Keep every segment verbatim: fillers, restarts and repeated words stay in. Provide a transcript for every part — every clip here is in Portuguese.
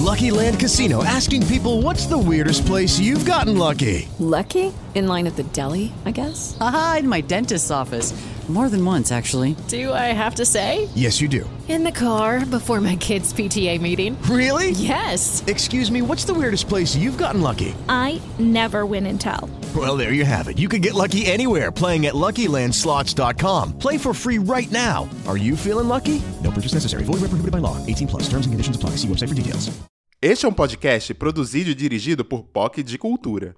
Lucky Land Casino, asking people, what's the weirdest place you've gotten lucky? Lucky? In line at the deli, I guess? Aha, in my dentist's office. More than once, actually. Do I have to say? Yes, you do. In the car before my kids' P T A meeting. Really? Yes. Excuse me, what's the weirdest place you've gotten lucky? I never win and tell. Well, there you have it. You can get lucky anywhere, playing at Lucky Land Slots dot com. Play for free right now. Are you feeling lucky? No purchase necessary. Void where prohibited by law. eighteen plus. Terms and conditions apply. See website for details. Este é um podcast produzido e dirigido por P O C de Cultura.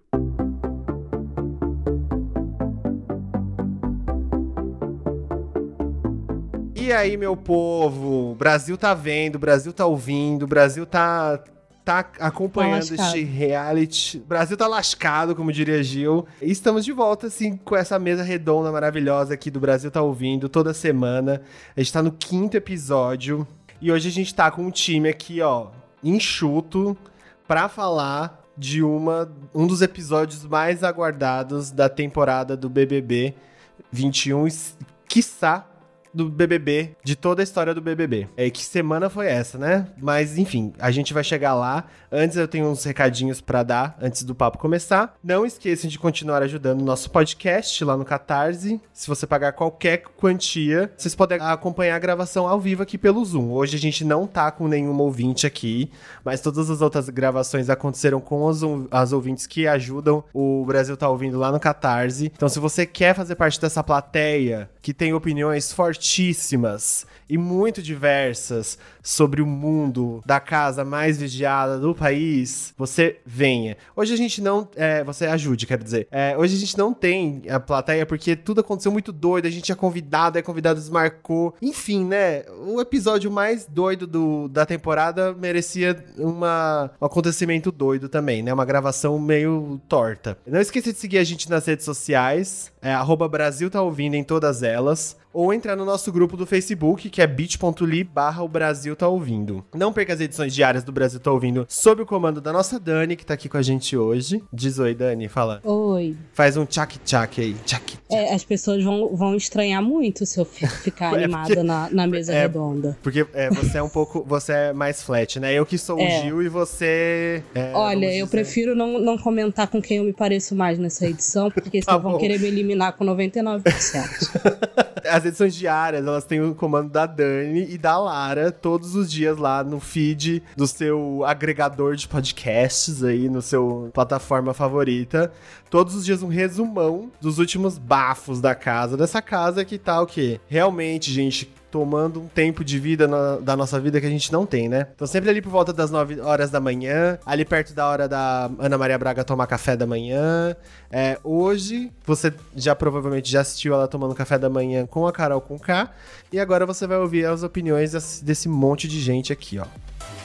E aí, meu povo? O Brasil tá vendo, o Brasil tá ouvindo, o Brasil tá, tá acompanhando tá este reality. O Brasil tá lascado, como diria Gil. E estamos de volta, assim, com essa mesa redonda maravilhosa aqui do Brasil Tá Ouvindo, toda semana. A gente tá no quinto episódio. E hoje a gente tá com um time aqui, ó, enxuto, pra falar de uma, um dos episódios mais aguardados da temporada do B B B vinte e um, quiçá do B B B, de toda a história do B B B. É, que semana foi essa, né? Mas, enfim, a gente vai chegar lá. Antes eu tenho uns recadinhos pra dar, antes do papo começar. Não esqueçam de continuar ajudando o nosso podcast lá no Catarse. Se você pagar qualquer quantia, vocês podem acompanhar a gravação ao vivo aqui pelo Zoom. Hoje a gente não tá com nenhum ouvinte aqui, mas todas as outras gravações aconteceram com os, as ouvintes que ajudam o Brasil Tá Ouvindo lá no Catarse. Então, se você quer fazer parte dessa plateia que tem opiniões fortíssimas e muito diversas sobre o mundo da casa mais vigiada do país, você venha. Hoje a gente não... É, você ajude, quero dizer. É, hoje a gente não tem a plateia porque tudo aconteceu muito doido, a gente é convidado, é convidado desmarcou. Enfim, né? O episódio mais doido do, da temporada merecia uma, um acontecimento doido também, né? Uma gravação meio torta. Não esqueça de seguir a gente nas redes sociais, é arroba Brasil Tá Ouvindo em todas elas, ou entrar no nosso grupo do Facebook, que é bit.ly barra o Brasil Tá Ouvindo. Não perca as edições diárias do Brasil Tá Ouvindo sob o comando da nossa Dani, que tá aqui com a gente hoje. Diz oi, Dani, fala. Oi. Faz um tchac-tchac aí. Tchac, tchac. É, as pessoas vão, vão estranhar muito se eu ficar É animada porque- na, na mesa é, redonda. Porque é, você é um pouco... Você é mais flat, né? Eu que sou É. o Gil e você... é, Olha, vamos eu dizer- prefiro não, não comentar com quem eu me pareço mais nessa edição, porque Tá senão vão bom. querer me eliminar com noventa e nove por cento. As edições diárias, elas têm o comando da Dani e da Lara todos os dias lá no feed do seu agregador de podcasts aí, no seu plataforma favorita. Todos os dias um resumão dos últimos bafos da casa, dessa casa que tá o quê? Realmente, gente, tomando um tempo de vida na- da nossa vida que a gente não tem, né? Então sempre ali por volta das nove horas da manhã, ali perto da hora da Ana Maria Braga tomar café da manhã. É, hoje, você já provavelmente já assistiu ela tomando café da manhã com a Carol Conká, e agora você vai ouvir as opiniões desse, desse monte de gente aqui, ó.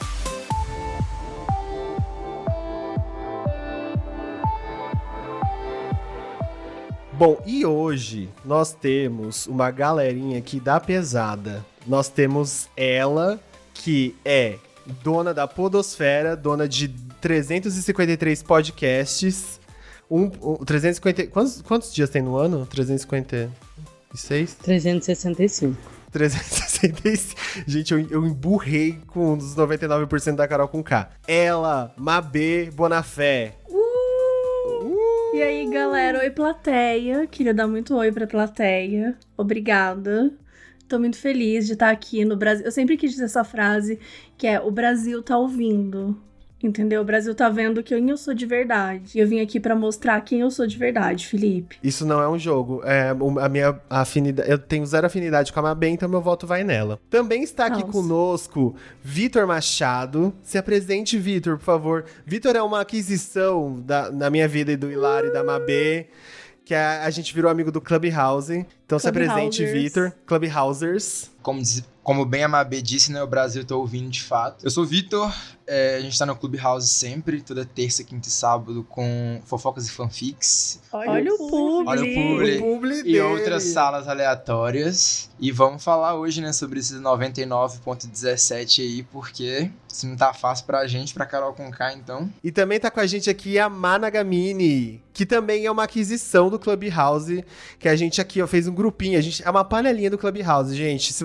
Bom, e hoje nós temos uma galerinha aqui da pesada. Nós temos ela, que é dona da podosfera, dona de trezentos e cinquenta e três podcasts. Um, um, trezentos e cinquenta... Quantos, quantos dias tem no ano? trezentos e cinquenta e seis? trezentos e sessenta e cinco. trezentos e sessenta e cinco. Gente, eu, eu emburrei com um dos noventa e nove por cento da Carol com K. Ela, Mabê Bonafé. E aí, galera? Oi, plateia. Queria dar muito oi pra plateia. Obrigada. Tô muito feliz de estar aqui no Brasil. Eu sempre quis dizer essa frase, que é: o Brasil tá ouvindo. Entendeu? O Brasil tá vendo quem eu sou de verdade. E eu vim aqui pra mostrar quem eu sou de verdade, Felipe. Isso não é um jogo. É, o- a minha afinidade. Eu tenho zero afinidade com a Mabê, então meu voto vai nela. Também está aqui Nossa. conosco Vitor Machado. Se apresente, Vitor, por favor. Vitor é uma aquisição da, na minha vida e do Hilário e da Mabê. Que a, a gente virou amigo do Clubhouse. Então se apresente, Clubhousers. Vitor. Clubhousers. Como, diz- como bem a Mabê disse, né? O Brasil tá ouvindo de fato. Eu sou o Vitor, é, a gente tá no Clubhouse sempre, toda terça, quinta e sábado, com fofocas e fanfics. Olha o publi. Olha o publi. O publi E dele. outras salas aleatórias. E vamos falar hoje, né, sobre esses noventa e nove ponto dezessete aí, porque se não tá fácil pra gente, pra Carol Conká, então. E também tá com a gente aqui a Managamini, que também é uma aquisição do Clubhouse, que a gente aqui ó, fez um grupinho, a gente, é uma panelinha do Clubhouse, gente. Se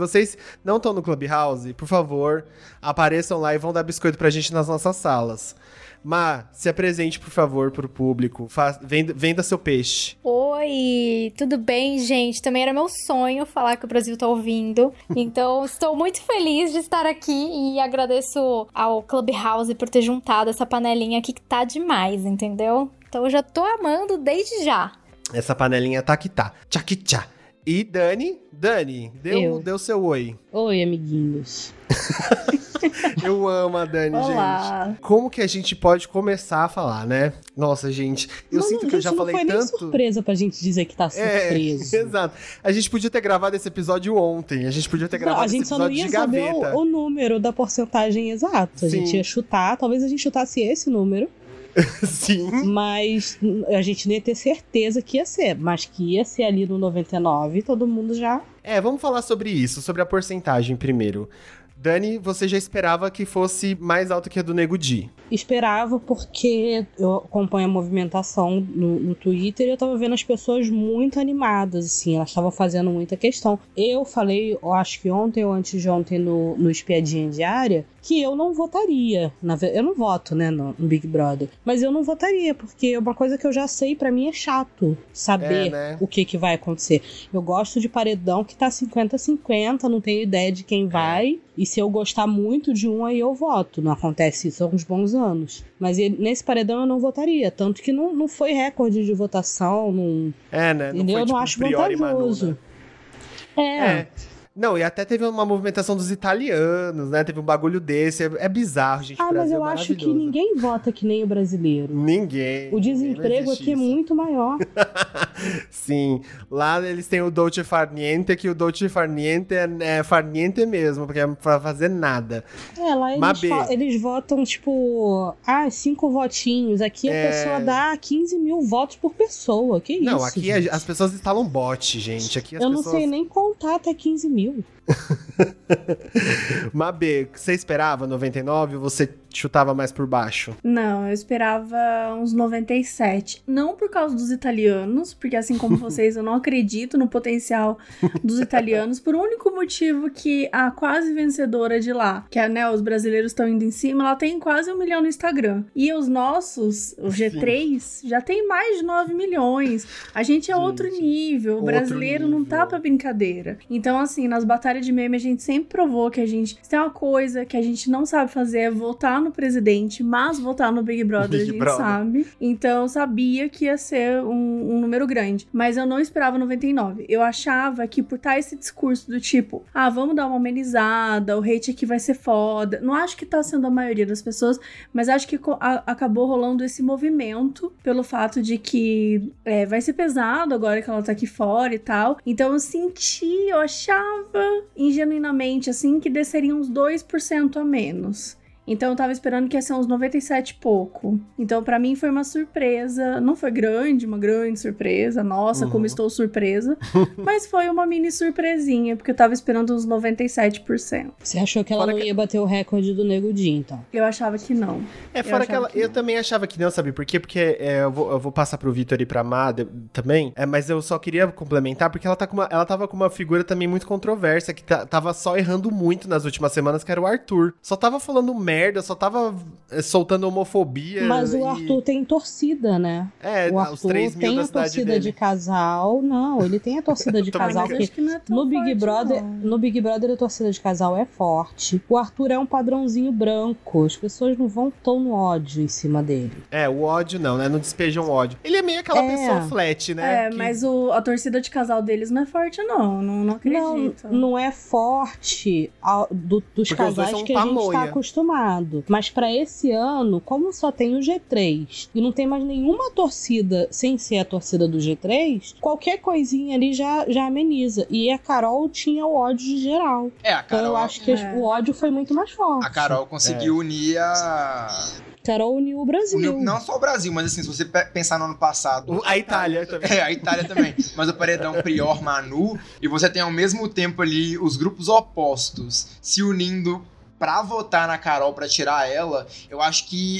vocês não estão no Clubhouse, por favor, apareçam lá e vão dar biscoito pra gente nas nossas salas. Má, se apresente, por favor, pro público. Faz, venda, venda seu peixe. Oi, tudo bem, gente? Também era meu sonho falar que o Brasil tá ouvindo. Então, estou muito feliz de estar aqui e agradeço ao Clubhouse por ter juntado essa panelinha aqui que tá demais, entendeu? Então, eu já tô amando desde já. Essa panelinha tá que tá. Tchá que tchá. E Dani? Dani, deu, deu seu oi. Oi, amiguinhos. Eu amo a Dani, Olá. gente. Como que a gente pode começar a falar, né? Nossa, gente, eu não, sinto que eu já falei não foi tanto... nem surpresa pra gente dizer que tá surpreso. É, exato. A gente podia ter gravado esse episódio ontem. A gente podia ter gravado não, esse episódio de gaveta. A gente só não ia saber o, o número da porcentagem exata. A Sim. gente ia chutar, talvez a gente chutasse esse número. Sim. Mas a gente não ia ter certeza que ia ser. Mas que ia ser ali no noventa e nove, todo mundo já... É, vamos falar sobre isso, sobre a porcentagem primeiro. Dani, você já esperava que fosse mais alta que a do Nego Di? Esperava, porque eu acompanho a movimentação no, no Twitter e eu tava vendo as pessoas muito animadas, assim, elas estavam fazendo muita questão. Eu falei, eu acho que ontem ou antes de ontem no, no Espiadinha Diária, que eu não votaria. Na, eu não voto, né, no, no Big Brother. Mas eu não votaria, porque é uma coisa que eu já sei, pra mim é chato saber é, né? o que, que vai acontecer. Eu gosto de paredão que tá cinquenta a cinquenta, não tenho ideia de quem vai. E se eu gostar muito de um, aí eu voto. Não acontece isso há uns bons anos. Mas ele, nesse paredão eu não votaria. Tanto que não, não foi recorde de votação. Não, é, né? Não entendeu? foi, Eu não tipo, acho Priori vantajoso. Manu, né? É. é. Não, e até teve uma movimentação dos italianos, né? Teve um bagulho desse. É, é bizarro, gente. Ah, mas eu é acho que ninguém vota que nem o brasileiro. Ninguém. O desemprego aqui é muito maior. Sim. Lá eles têm o Dolce Far Niente, que o Dolce Far Niente é, é Far Niente mesmo, porque é pra fazer nada. É, lá eles, fa- eles votam, tipo, ah, cinco votinhos. Aqui a é... pessoa dá quinze mil votos por pessoa. Que isso? Não, aqui a, as pessoas instalam bot, gente. Aqui as eu não pessoas... sei nem contar até quinze mil. Mabê, você esperava noventa e nove ou você chutava mais por baixo? Não, eu esperava uns noventa e sete. Não por causa dos italianos, porque assim como vocês, eu não acredito no potencial dos italianos, por um único motivo que a quase vencedora de lá, que é, né, os brasileiros estão indo em cima, ela tem quase um milhão no Instagram. E os nossos, o G três, Sim. já tem mais de nove milhões. A gente é gente, outro nível. O outro brasileiro nível. Não tá pra brincadeira. Então, assim, nas batalhas de meme, a gente sempre provou que a gente... Se tem uma coisa que a gente não sabe fazer é votar no presidente, mas votar no Big Brother Big a gente Brother. sabe. Então, eu sabia que ia ser um, um número grande. Mas eu não esperava noventa e nove. Eu achava que por estar esse discurso do tipo, ah, vamos dar uma amenizada, o hate aqui vai ser foda. Não acho que tá sendo a maioria das pessoas, mas acho que a, acabou rolando esse movimento pelo fato de que é, vai ser pesado agora que ela tá aqui fora e tal. Então, eu senti, eu achava ingenuinamente, assim, que desceria uns dois por cento a menos. Então eu tava esperando que ia ser uns noventa e sete e pouco. Então pra mim foi uma surpresa. Não foi grande, uma grande surpresa. Nossa, uhum. como estou surpresa. Mas foi uma mini surpresinha, porque eu tava esperando uns noventa e sete por cento. Você achou que ela fora não que... ia bater o recorde do Nego Di, então? Eu achava que não. É, fora eu que ela... Que eu também achava que não, sabe por quê? Porque é, eu, vou, eu vou passar pro Vitor e pra Má também. É, mas eu só queria complementar, porque ela, tá com uma, ela tava com uma figura também muito controversa, que tá, tava só errando muito nas últimas semanas, que era o Arthur. Só tava falando merda. Merda, só tava soltando homofobia. Mas o e... Arthur tem torcida, né? É, o Arthur os três mil tem da a cidade torcida dele. de casal. Não, ele tem a torcida de casal. Que que não é no Big forte, Brother, não. no Big Brother a torcida de casal é forte. O Arthur é um padrãozinho branco. As pessoas não vão tão no ódio em cima dele. É, o ódio não, né? Não despejam ódio. Ele é meio aquela é. pessoa flat, né? É, que... mas o, a torcida de casal deles não é forte, não. Não, não acredito. Não, não é forte ao, do, dos Porque casais que a gente tá acostumado. Mas pra esse ano, como só tem o G três e não tem mais nenhuma torcida sem ser a torcida do G três, qualquer coisinha ali já, já ameniza. E a Carol tinha o ódio de geral. É, a Carol... Então eu acho que é. o ódio foi muito mais forte. A Carol conseguiu é. unir a... Carol uniu o Brasil. Uniu, não só o Brasil, mas assim, se você pensar no ano passado... A Itália também. É, a Itália também. Mas o paredão Prior, Manu, e você tem ao mesmo tempo ali os grupos opostos se unindo pra votar na Carol, pra tirar ela, eu acho que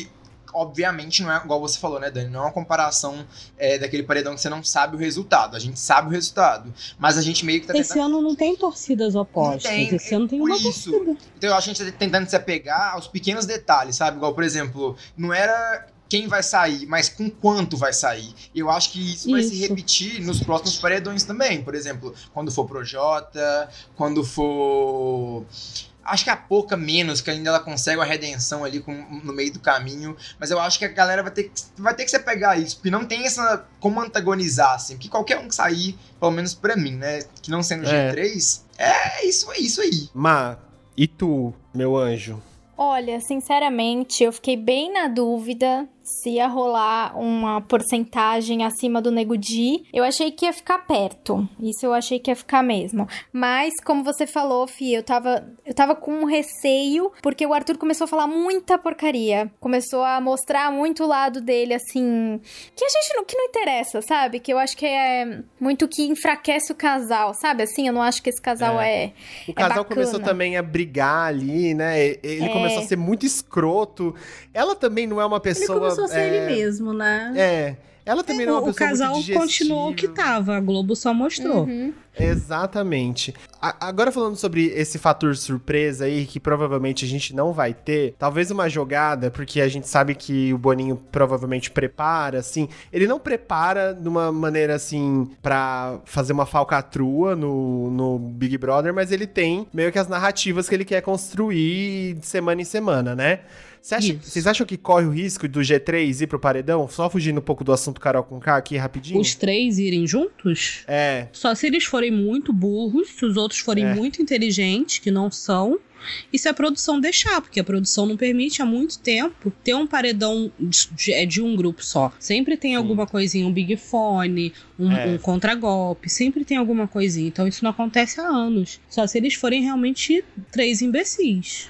obviamente não é igual você falou, né, Dani? Não é uma comparação é, daquele paredão que você não sabe o resultado. A gente sabe o resultado, mas a gente meio que tá Esse tentando... ano não tem torcidas opostas. Tem, Esse ano tem por uma isso. torcida. Então eu acho que a gente tá tentando se apegar aos pequenos detalhes, sabe? Igual, por exemplo, não era quem vai sair, mas com quanto vai sair. E eu acho que isso, isso vai se repetir nos próximos paredões também. Por exemplo, quando for Projota, quando for... Acho que a Poca menos, que ainda ela consegue uma redenção ali com, no meio do caminho. Mas eu acho que a galera vai ter que, vai ter que se apegar a isso. Porque não tem essa... como antagonizar, assim. Porque qualquer um que sair, pelo menos pra mim, né? Que não sendo É. G três, é isso, é isso aí. Má, e tu, meu anjo? Olha, sinceramente, eu fiquei bem na dúvida se ia rolar uma porcentagem acima do Nego Di. Eu achei que ia ficar perto. Isso eu achei que ia ficar mesmo. Mas, como você falou, Fih, eu tava, eu tava com um receio, porque o Arthur começou a falar muita porcaria. Começou a mostrar muito o lado dele, assim, que a gente não, que não interessa, sabe? Que eu acho que é muito que enfraquece o casal, sabe? Assim, eu não acho que esse casal é, é O casal é começou também a brigar ali, né? Ele É. começou a ser muito escroto. Ela também não é uma pessoa... Ele começou a ser é... ele mesmo, né? É. Ela também não é uma O pessoa casal muito digestível. continuou o que tava, a Globo só mostrou. Uhum. Exatamente. A- agora falando sobre esse fator surpresa aí, que provavelmente a gente não vai ter, talvez uma jogada, porque a gente sabe que o Boninho provavelmente prepara, assim, ele não prepara de uma maneira, assim, pra fazer uma falcatrua no, no Big Brother, mas ele tem meio que as narrativas que ele quer construir de semana em semana, né? Cê acha- Isso. Vocês acham que corre o risco do G três ir pro paredão? Só fugindo um pouco do assunto Carol com K aqui, rapidinho. Os três irem juntos? É, Só se eles forem muito burros, se os outros forem É. muito inteligentes, que não são, e se a produção deixar, porque a produção não permite há muito tempo ter um paredão de, é de um grupo só. Sempre tem Sim. alguma coisinha, um big fone, um, É. um contragolpe, sempre tem alguma coisinha. Então isso não acontece há anos. Só se eles forem realmente três imbecis.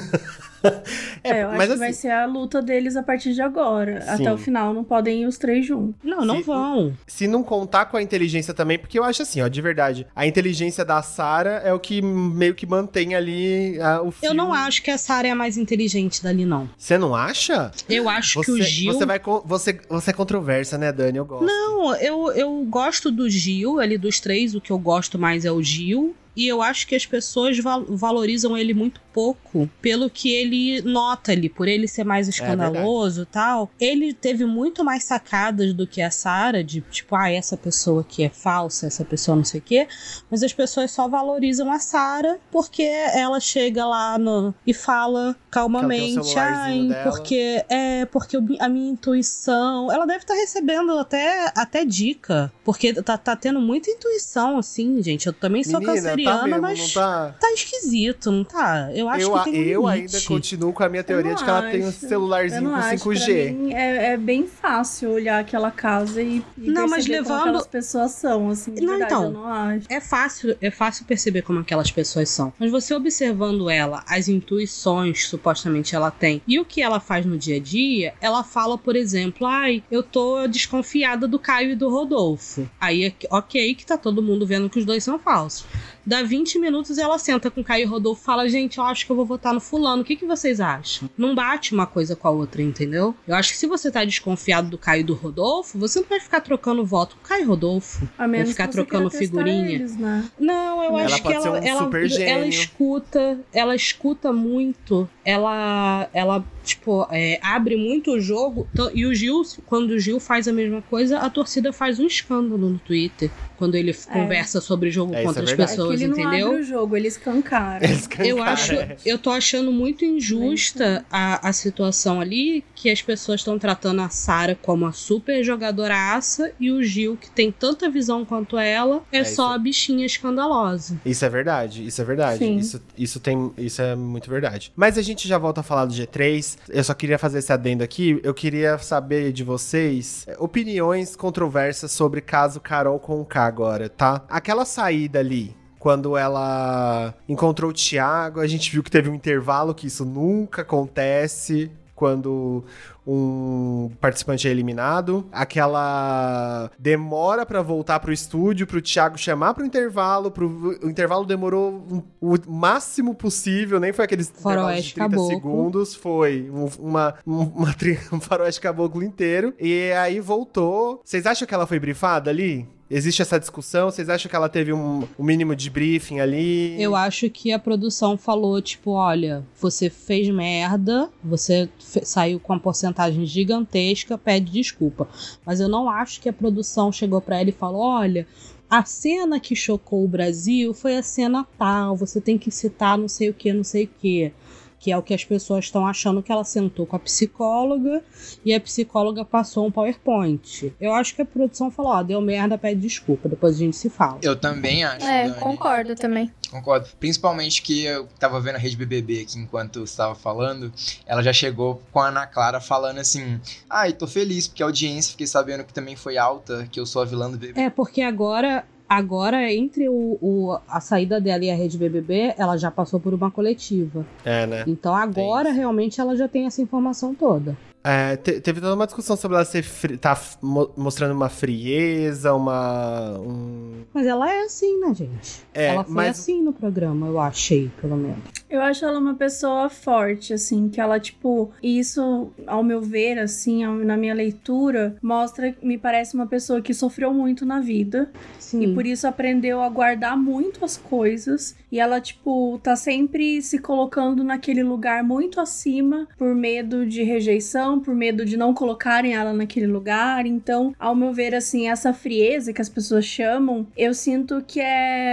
É, eu acho mas que assim, vai ser a luta deles a partir de agora. Sim. Até o final não podem ir os três juntos. Não, não Se- vão. se não contar com a inteligência também, porque eu acho assim, ó, de verdade, a inteligência da Sarah é o que meio que mantém ali ah, o fio. Eu não acho que a Sarah é a mais inteligente dali, não. Você não acha? Eu acho Você, que o Gil... você vai con- você, você é controversa, né, Dani? Eu gosto. Não, eu, eu gosto do Gil, ali dos três, o que eu gosto mais é o Gil. E eu acho que as pessoas val- valorizam ele muito pouco pelo que ele nota ali, por ele ser mais escandaloso e tal. Ele teve muito mais sacadas do que a Sarah, de tipo, ah, essa pessoa aqui é falsa, essa pessoa não sei o quê. Mas as pessoas só valorizam a Sarah porque ela chega lá no, e fala calmamente, o celularzinho ai, dela." porque é porque eu- a minha intuição. Ela deve estar recebendo até, até dica, porque tá, tá tendo muita intuição, assim, gente. Eu também sou Menina, canceriana, tá mesmo, mas não tá? tá esquisito, não tá? Eu acho eu que tem um eu limite. ainda continuo com a minha Eu teoria não de que ela tem um acho. Eu celularzinho não com acho. cinco Pra G. mim, é, é bem fácil olhar aquela casa e, e Não, mas perceber como levando- aquelas pessoas são, assim, de Não, verdade, então. eu não acho. É fácil, é fácil perceber como aquelas pessoas são. Mas você observando ela, as intuições supostamente ela tem, e o que ela faz no dia a dia, ela fala, por exemplo, ai, eu tô desconfiada do Caio e do Rodolfo. Aí, é que- ok, que tá todo mundo vendo que os dois são falsos. Dá vinte minutos ela senta com o Caio e o Rodolfo e fala, gente, eu acho que eu vou votar no fulano. O que, que vocês acham? Não bate uma coisa com a outra, entendeu? Eu acho que se você tá desconfiado do Caio e do Rodolfo, você não vai ficar trocando voto com o Caio e Rodolfo. A menos ficar que você trocando queira testar figurinha. eles, né? Não, eu Ela acho que pode ser ela, um ela, super ela gênio. escuta, ela escuta muito, ela, ela tipo, é, abre muito o jogo. Então, e o Gil, quando o Gil faz a mesma coisa, a torcida faz um escândalo no Twitter. Quando ele conversa sobre jogo É, isso contra é as verdade. É que pessoas, ele não entendeu? abre o jogo, ele escancara. Eu acho, eu tô achando muito injusta a, a situação ali, que as pessoas estão tratando a Sarah como a super jogadoraça e o Gil, que tem tanta visão quanto ela, é, É, só isso- a bichinha escandalosa. Isso é verdade, isso é verdade. Sim. Isso, isso, tem, isso é muito verdade. Mas a gente já volta a falar do G três. Eu só queria fazer esse adendo aqui. Eu queria saber de vocês é, opiniões controversas sobre caso Carol com K agora, tá? Aquela saída ali, quando ela encontrou o Thiago, a gente viu que teve um intervalo, que isso nunca acontece quando um participante é eliminado, aquela demora pra voltar pro estúdio, pro Thiago chamar pro intervalo, pro, o intervalo demorou um, o máximo possível, nem foi aqueles intervalos de trinta caboclo. segundos, foi um, uma, uma, um faroeste caboclo inteiro, e aí voltou. Vocês acham que ela foi brifada ali? Existe essa discussão? Vocês acham que ela teve um, um mínimo de briefing ali? Eu acho que a produção falou, tipo, olha, você fez merda, você fe- saiu com uma porcentagem gigantesca, pede desculpa. Mas eu não acho que a produção chegou pra ela e falou, olha, a cena que chocou o Brasil foi a cena tal, você tem que citar não sei o que, não sei o que. Que é o que as pessoas estão achando, que ela sentou com a psicóloga e a psicóloga passou um PowerPoint. Eu acho que a produção falou, ó, deu merda, pede desculpa, depois a gente se fala. Eu também acho, É, Dani. concordo também. Concordo. Principalmente que eu tava vendo a Rede B B B aqui enquanto eu estava falando, ela já chegou com a Ana Clara falando assim, ai, ah, tô feliz porque a audiência, fiquei sabendo que também foi alta, que eu sou a vilã do B B B. É, porque agora... Agora, entre o, o, a saída dela e a Rede B B B, ela já passou por uma coletiva. É, né? Então agora, realmente, ela já tem essa informação toda. É, te, teve toda uma discussão sobre ela ser fri- tá f- mo- mostrando uma frieza, uma... Um... Mas ela é assim, né, gente? É, ela foi mas- assim no programa, eu achei, pelo menos. Eu acho ela uma pessoa forte, assim, que ela, tipo, isso, ao meu ver, assim, ao- na minha leitura, mostra, me parece uma pessoa que sofreu muito na vida. Sim. E por isso aprendeu a guardar muito as coisas. E ela, tipo, tá sempre se colocando naquele lugar muito acima por medo de rejeição, por medo de não colocarem ela naquele lugar. Então, ao meu ver, assim, essa frieza que as pessoas chamam, eu sinto que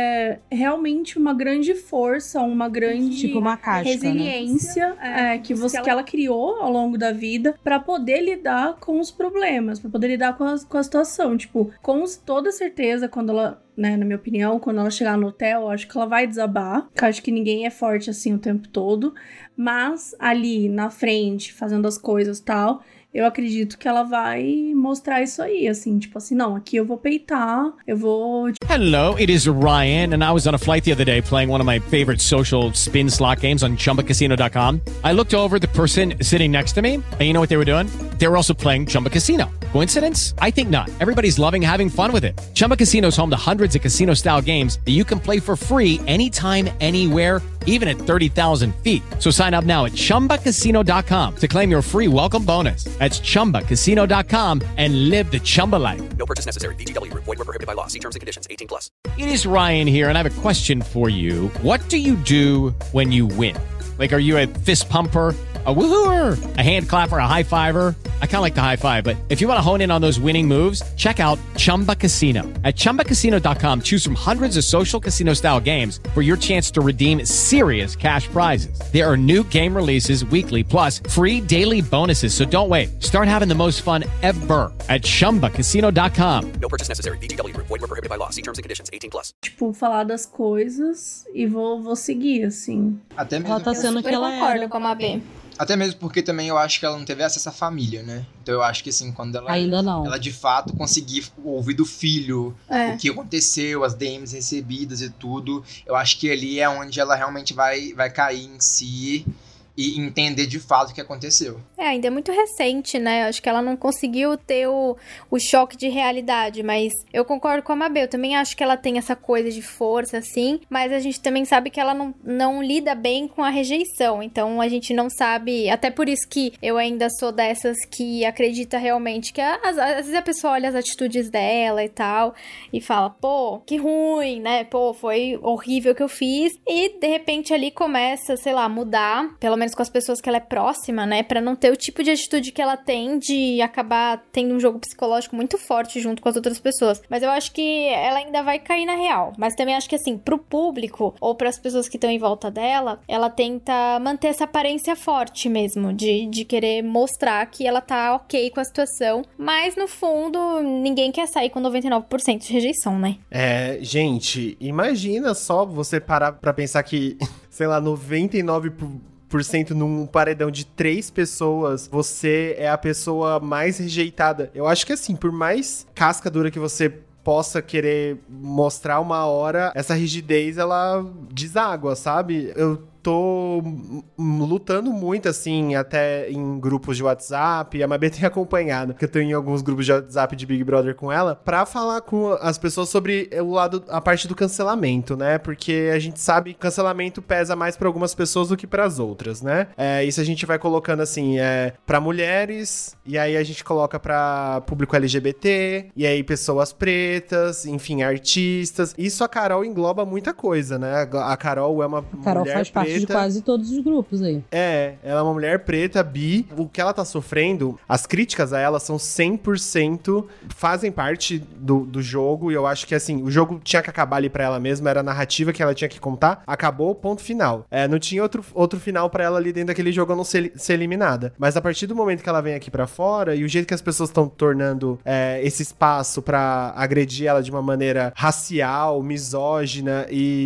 é realmente uma grande força, uma grande Tipo uma casca, resiliência né? é, que, você, que ela criou ao longo da vida pra poder lidar com os problemas, pra poder lidar com a, com a situação. Tipo, com toda certeza, quando ela, né, na minha opinião, quando ela chegar no hotel, eu acho que ela vai desabar, porque eu acho que ninguém é forte assim o tempo todo, mas ali na frente, fazendo as coisas e tal, eu acredito que ela vai mostrar isso aí, assim, tipo assim, não, aqui eu vou peitar, eu vou... Hello, it is Ryan, and I was on a flight the other day playing one of my favorite social spin slot games on Chumba Casino dot com. I looked over at the person sitting next to me, and you know what they were doing? They were also playing Chumba Casino. Coincidence? I think not. Everybody's loving having fun with it. Chumba Casino is home to hundreds of casino-style games that you can play for free anytime, anywhere, even at thirty thousand feet. So sign up now at Chumba Casino dot com to claim your free welcome bonus. That's Chumba Casino dot com and live the Chumba life. No purchase necessary. V G W. Void where prohibited by law. See terms and conditions. eighteen plus. It is Ryan here, and I have a question for you. What do you do when you win? Like, are you a fist pumper, a woohooer, a hand clapper, a high fiver? I kind of like the high five, but if you want to hone in on those winning moves, check out Chumba Casino. At Chumba Casino dot com, choose from hundreds of social casino-style games for your chance to redeem serious cash prizes. There are new game releases weekly, plus free daily bonuses, so don't wait. Start having the most fun ever at Chumba Casino dot com. No purchase necessary. V G W. Void where prohibited by law. See terms and conditions. eighteen plus. Tipo, falar das coisas e vou, vou seguir, assim. Até mesmo, Ela tá sendo que Eu ela concordo era. com a Mabê. até mesmo porque também eu acho que ela não teve acesso à família, né? Então eu acho que assim, quando ela... Ainda não. Ela de fato conseguir ouvir do filho É. o que aconteceu, as D Ms recebidas e tudo, eu acho que ali é onde ela realmente vai, vai cair em si e entender de fato o que aconteceu. É, ainda é muito recente, né? Acho que ela não conseguiu ter o, o choque de realidade, mas eu concordo com a Mabel. Eu também acho que ela tem essa coisa de força, assim, mas a gente também sabe que ela não, não lida bem com a rejeição. Então a gente não sabe, até por isso que eu ainda sou dessas que acredita realmente que às, às vezes a pessoa olha as atitudes dela e tal e fala, pô, que ruim, né? Pô, foi horrível o que eu fiz. E de repente ali começa, sei lá, mudar, pelo menos com as pessoas que ela é próxima, né? Pra não ter o tipo de atitude que ela tem de acabar tendo um jogo psicológico muito forte junto com as outras pessoas. Mas eu acho que ela ainda vai cair na real. Mas também acho que, assim, pro público ou pras pessoas que estão em volta dela, ela tenta manter essa aparência forte mesmo, de, de querer mostrar que ela tá ok com a situação. Mas, no fundo, ninguém quer sair com noventa e nove por cento de rejeição, né? É, gente, imagina só você parar pra pensar que, sei lá, noventa e nove por cento num paredão de três pessoas, você é a pessoa mais rejeitada. Eu acho que assim, por mais casca dura que você possa querer mostrar uma hora, essa rigidez, ela deságua, sabe? Eu tô tô lutando muito, assim, até em grupos de WhatsApp. A Mabê tem acompanhado, porque eu tô em alguns grupos de WhatsApp de Big Brother com ela, pra falar com as pessoas sobre o lado, a parte do cancelamento, né? Porque a gente sabe que cancelamento pesa mais pra algumas pessoas do que pras outras, né? É, isso a gente vai colocando, assim, é, pra mulheres, e aí a gente coloca pra público L G B T, e aí pessoas pretas, enfim, artistas. Isso a Carol engloba muita coisa, né? A Carol é uma mulher preta. A Carol faz parte de quase todos os grupos aí. É, ela é uma mulher preta, bi. O que ela tá sofrendo, as críticas a ela são cem por cento, fazem parte do, do jogo, e eu acho que, assim, o jogo tinha que acabar ali pra ela mesma, era a narrativa que ela tinha que contar, acabou, ponto final. É, não tinha outro, outro final pra ela ali dentro daquele jogo não ser, ser eliminada. Mas a partir do momento que ela vem aqui pra fora, e o jeito que as pessoas estão tornando é, esse espaço pra agredir ela de uma maneira racial, misógina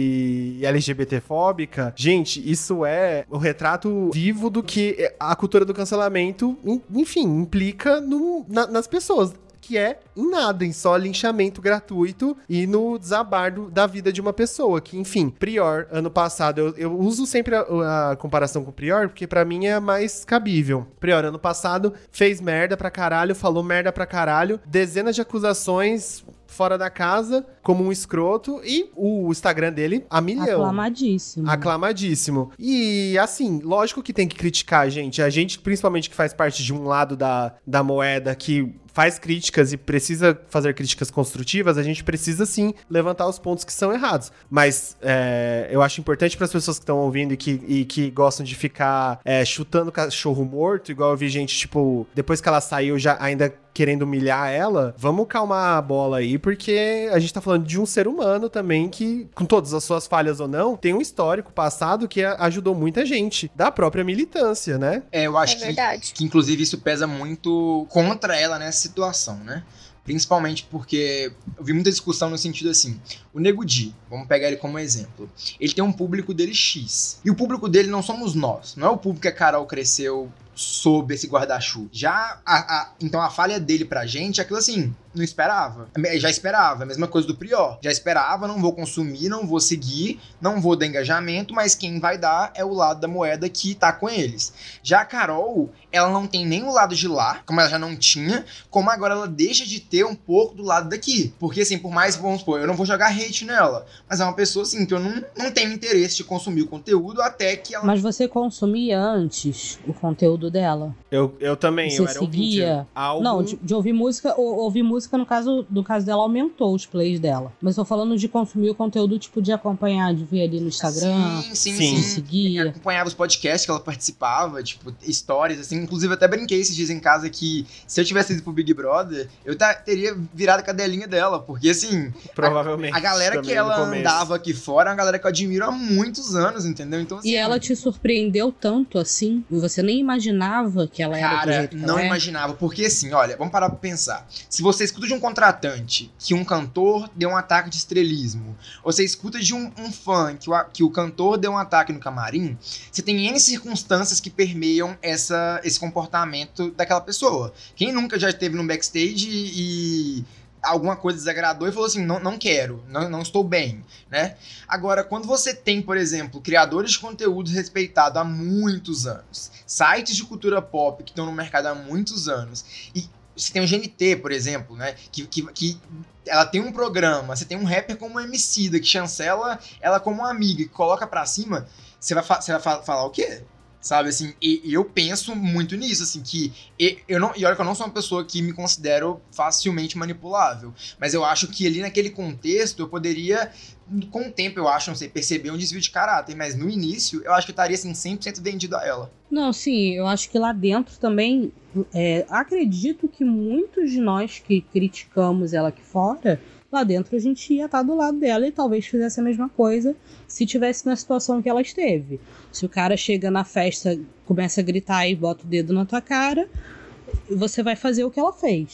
e LGBTfóbica, gente, isso é o retrato vivo do que a cultura do cancelamento, enfim, implica no, na, nas pessoas. Que é em nada, em só linchamento gratuito e no desabar do, da vida de uma pessoa. Que, enfim, Prior, ano passado, eu, eu uso sempre a, a comparação com o Prior, porque pra mim é mais cabível. Prior, ano passado, fez merda pra caralho, falou merda pra caralho, dezenas de acusações fora da casa, como um escroto, e o Instagram dele, a milhão. Aclamadíssimo. Aclamadíssimo. E, assim, lógico que tem que criticar, gente. A gente, principalmente que faz parte de um lado da, da moeda, que faz críticas e precisa fazer críticas construtivas, a gente precisa, sim, levantar os pontos que são errados. Mas é, eu acho importante para as pessoas que estão ouvindo e que, e que gostam de ficar é, chutando cachorro morto, igual eu vi gente, tipo, depois que ela saiu, já ainda querendo humilhar ela, vamos calmar a bola aí, porque a gente tá falando de um ser humano também que, com todas as suas falhas ou não, tem um histórico passado que ajudou muita gente, da própria militância, né? É, eu acho é que, verdade. que, inclusive, isso pesa muito contra ela nessa situação, né? Principalmente porque eu vi muita discussão no sentido assim, o Nego Di, vamos pegar ele como exemplo, ele tem um público dele X, e o público dele não somos nós, não é o público que a Carol cresceu sob esse guarda-chuva. Já, a, a, então a falha dele pra gente é aquilo assim, não esperava. Já esperava, a mesma coisa do Prior. Já esperava, não vou consumir, não vou seguir, não vou dar engajamento, mas quem vai dar é o lado da moeda que tá com eles. Já a Carol, ela não tem nem o lado de lá, como ela já não tinha, como agora ela deixa de ter um pouco do lado daqui. Porque assim, por mais, vamos supor, eu não vou jogar hate nela, mas é uma pessoa assim, que eu não, não tenho interesse de consumir o conteúdo até que ela... Mas você consumia antes o conteúdo dela? Eu, eu também, você eu era seguia? Algum... Não, de, de ouvir música, ou, ouvir música no caso, do caso dela aumentou os plays dela. Mas tô falando de consumir o conteúdo, tipo, de acompanhar, de ver ali no Instagram, sim, sim, sim. sim. seguir. Eu acompanhava os podcasts que ela participava, tipo, stories, assim, inclusive até brinquei esses dias em casa que se eu tivesse ido pro Big Brother, eu ta- teria virado a cadelinha dela, porque assim, provavelmente a, a galera que ela andava aqui fora é uma galera que eu admiro há muitos anos, entendeu? Então, assim, e ela te surpreendeu tanto assim? Você nem imaginava que ela era do jeito que não ela imaginava, porque assim, olha, vamos parar pra pensar. Se você escuta de um contratante que um cantor deu um ataque de estrelismo, ou você escuta de um, um fã que o, que o cantor deu um ataque no camarim, você tem N circunstâncias que permeiam essa, esse comportamento daquela pessoa. Quem nunca já esteve no backstage e... e alguma coisa desagradou e falou assim, não, não quero, não, não estou bem, né? Agora, quando você tem, por exemplo, criadores de conteúdo respeitados há muitos anos, sites de cultura pop que estão no mercado há muitos anos, e você tem o G N T, por exemplo, né? Que, que, que ela tem um programa, você tem um rapper como Emicida, que chancela ela como uma amiga, que coloca pra cima, você vai, fa- você vai fa- falar o quê? Sabe, assim, e, e eu penso muito nisso, assim, que e, eu não, e olha que eu não sou uma pessoa que me considero facilmente manipulável, mas eu acho que ali naquele contexto eu poderia, com o tempo eu acho, não sei, perceber um desvio de caráter, mas no início eu acho que eu estaria, assim, cem por cento vendido a ela. Não, sim, eu acho que lá dentro também, é, acredito que muitos de nós que criticamos ela aqui fora, lá dentro a gente ia estar do lado dela e talvez fizesse a mesma coisa se tivesse na situação que ela esteve. Se o cara chega na festa, começa a gritar e bota o dedo na tua cara, você vai fazer o que ela fez.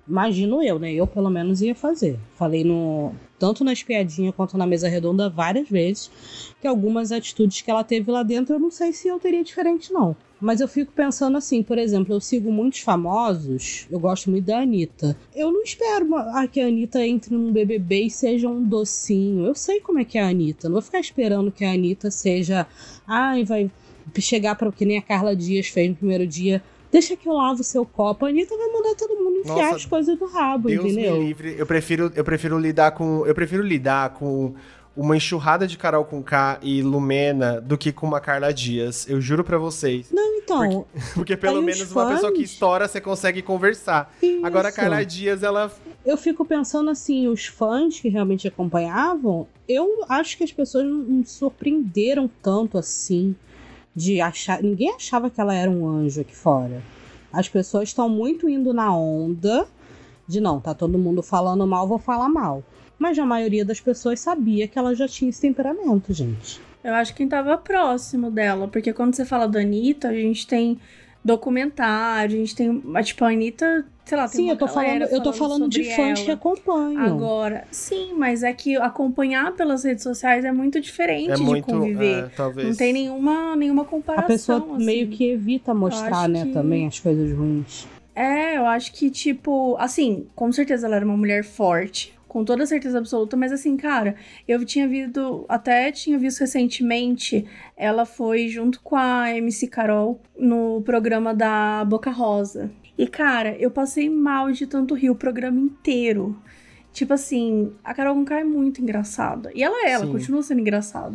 Imagino eu, né? Eu, pelo menos, ia fazer. Falei no... tanto na espiadinha quanto na mesa redonda várias vezes que algumas atitudes que ela teve lá dentro eu não sei se eu teria diferente, não. Mas eu fico pensando assim, por exemplo, eu sigo muitos famosos, eu gosto muito da Anitta. Eu não espero ah, que a Anitta entre num B B B e seja um docinho. Eu sei como é que é a Anitta. Não vou ficar esperando que a Anitta seja... Ai, vai chegar para o que nem a Carla Dias fez no primeiro dia... Deixa que eu lavo o seu copo. A Anitta vai mandar todo mundo enfiar Nossa, as coisas do rabo, Deus entendeu? Me livre. Eu prefiro, eu prefiro lidar com. Eu prefiro lidar com uma enxurrada de Carol Conká e Lumena do que com uma Carla Dias. Eu juro pra vocês. Não, então. Porque, porque pelo menos uma fãs... pessoa que estoura, você consegue conversar. Isso. Agora a Carla Dias, ela. Eu fico pensando assim, os fãs que realmente acompanhavam, eu acho que as pessoas não se surpreenderam tanto assim. De achar, ninguém achava que ela era um anjo aqui fora. As pessoas estão muito indo na onda de não, tá todo mundo falando mal, vou falar mal. Mas a maioria das pessoas sabia que ela já tinha esse temperamento, gente. Eu acho que quem tava próximo dela, porque quando você fala da Anitta, a gente tem documentário, a gente tem, tipo, a Anitta, sei lá, tem sim, uma eu tô falando, eu tô falando de fãs ela. que acompanham. Agora, sim, mas é que acompanhar pelas redes sociais é muito diferente é de muito, conviver. É, talvez. Não tem nenhuma, nenhuma comparação. A pessoa assim. meio que evita mostrar, né, que... também as coisas ruins. É, eu acho que, tipo, assim, com certeza ela era uma mulher forte. Com toda certeza absoluta, mas assim, cara, eu tinha visto, até tinha visto recentemente, ela foi junto com a M C Carol no programa da Boca Rosa. E, cara, eu passei mal de tanto rir o programa inteiro. Tipo assim, a Carol Conká é muito engraçada. E ela é, ela Sim. continua sendo engraçada.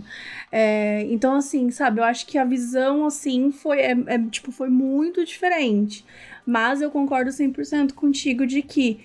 É, então, assim, sabe, eu acho que a visão, assim, foi, é, é, tipo, foi muito diferente. Mas eu concordo cem por cento contigo de que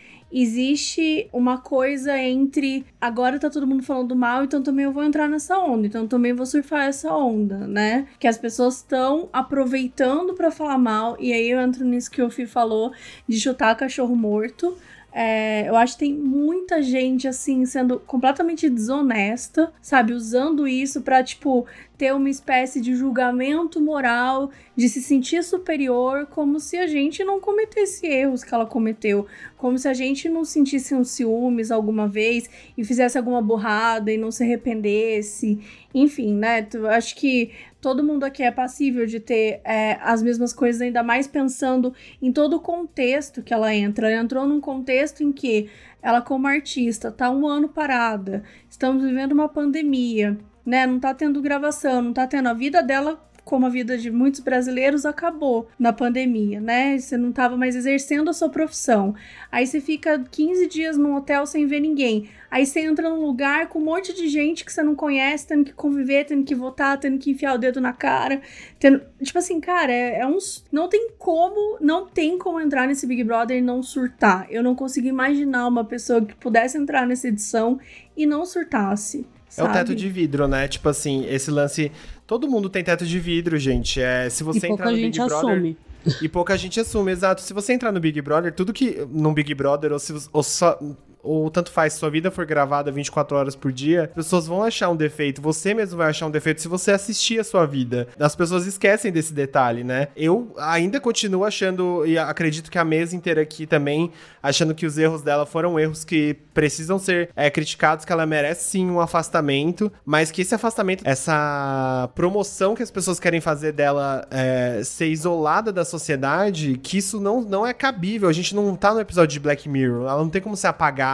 existe uma coisa entre agora tá todo mundo falando mal, então também eu vou entrar nessa onda, então também vou surfar essa onda, né? Que as pessoas estão aproveitando pra falar mal, e aí eu entro nisso que o Fih falou, de chutar cachorro morto. É, eu acho que tem muita gente, assim, sendo completamente desonesta, sabe? Usando isso pra, tipo, ter uma espécie de julgamento moral, de se sentir superior, como se a gente não cometesse erros que ela cometeu, como se a gente não sentisse um ciúmes alguma vez e fizesse alguma burrada e não se arrependesse. Enfim, né? Eu acho que todo mundo aqui é passível de ter é, as mesmas coisas, ainda mais pensando em todo o contexto que ela entra. Ela entrou num contexto em que ela, como artista, tá um ano parada, estamos vivendo uma pandemia, né? Não tá tendo gravação, não tá tendo a vida dela, como a vida de muitos brasileiros, acabou na pandemia, né? Você não tava mais exercendo a sua profissão. Aí você fica quinze dias num hotel sem ver ninguém. Aí você entra num lugar com um monte de gente que você não conhece, tendo que conviver, tendo que votar, tendo que enfiar o dedo na cara. Tendo... Tipo assim, cara, é, é uns... Não tem como, não tem como entrar nesse Big Brother e não surtar. Eu não consigo imaginar uma pessoa que pudesse entrar nessa edição e não surtasse. É o teto de vidro, né? Tipo assim, esse lance... Todo mundo tem teto de vidro, gente. É, se você e entrar no Big Brother... Assume. E pouca gente assume, exato. Se você entrar no Big Brother, tudo que... No Big Brother, ou, se, ou só... Ou tanto faz, se sua vida for gravada vinte e quatro horas por dia, as pessoas vão achar um defeito. Você mesmo vai achar um defeito se você assistir a sua vida. As pessoas esquecem desse detalhe, né? Eu ainda continuo achando, e acredito que a mesa inteira aqui também, achando que os erros dela foram erros que precisam ser é, criticados, que ela merece sim um afastamento, mas que esse afastamento, essa promoção que as pessoas querem fazer dela é, ser isolada da sociedade, que isso não, não é cabível. A gente não tá no episódio de Black Mirror, ela não tem como ser apagada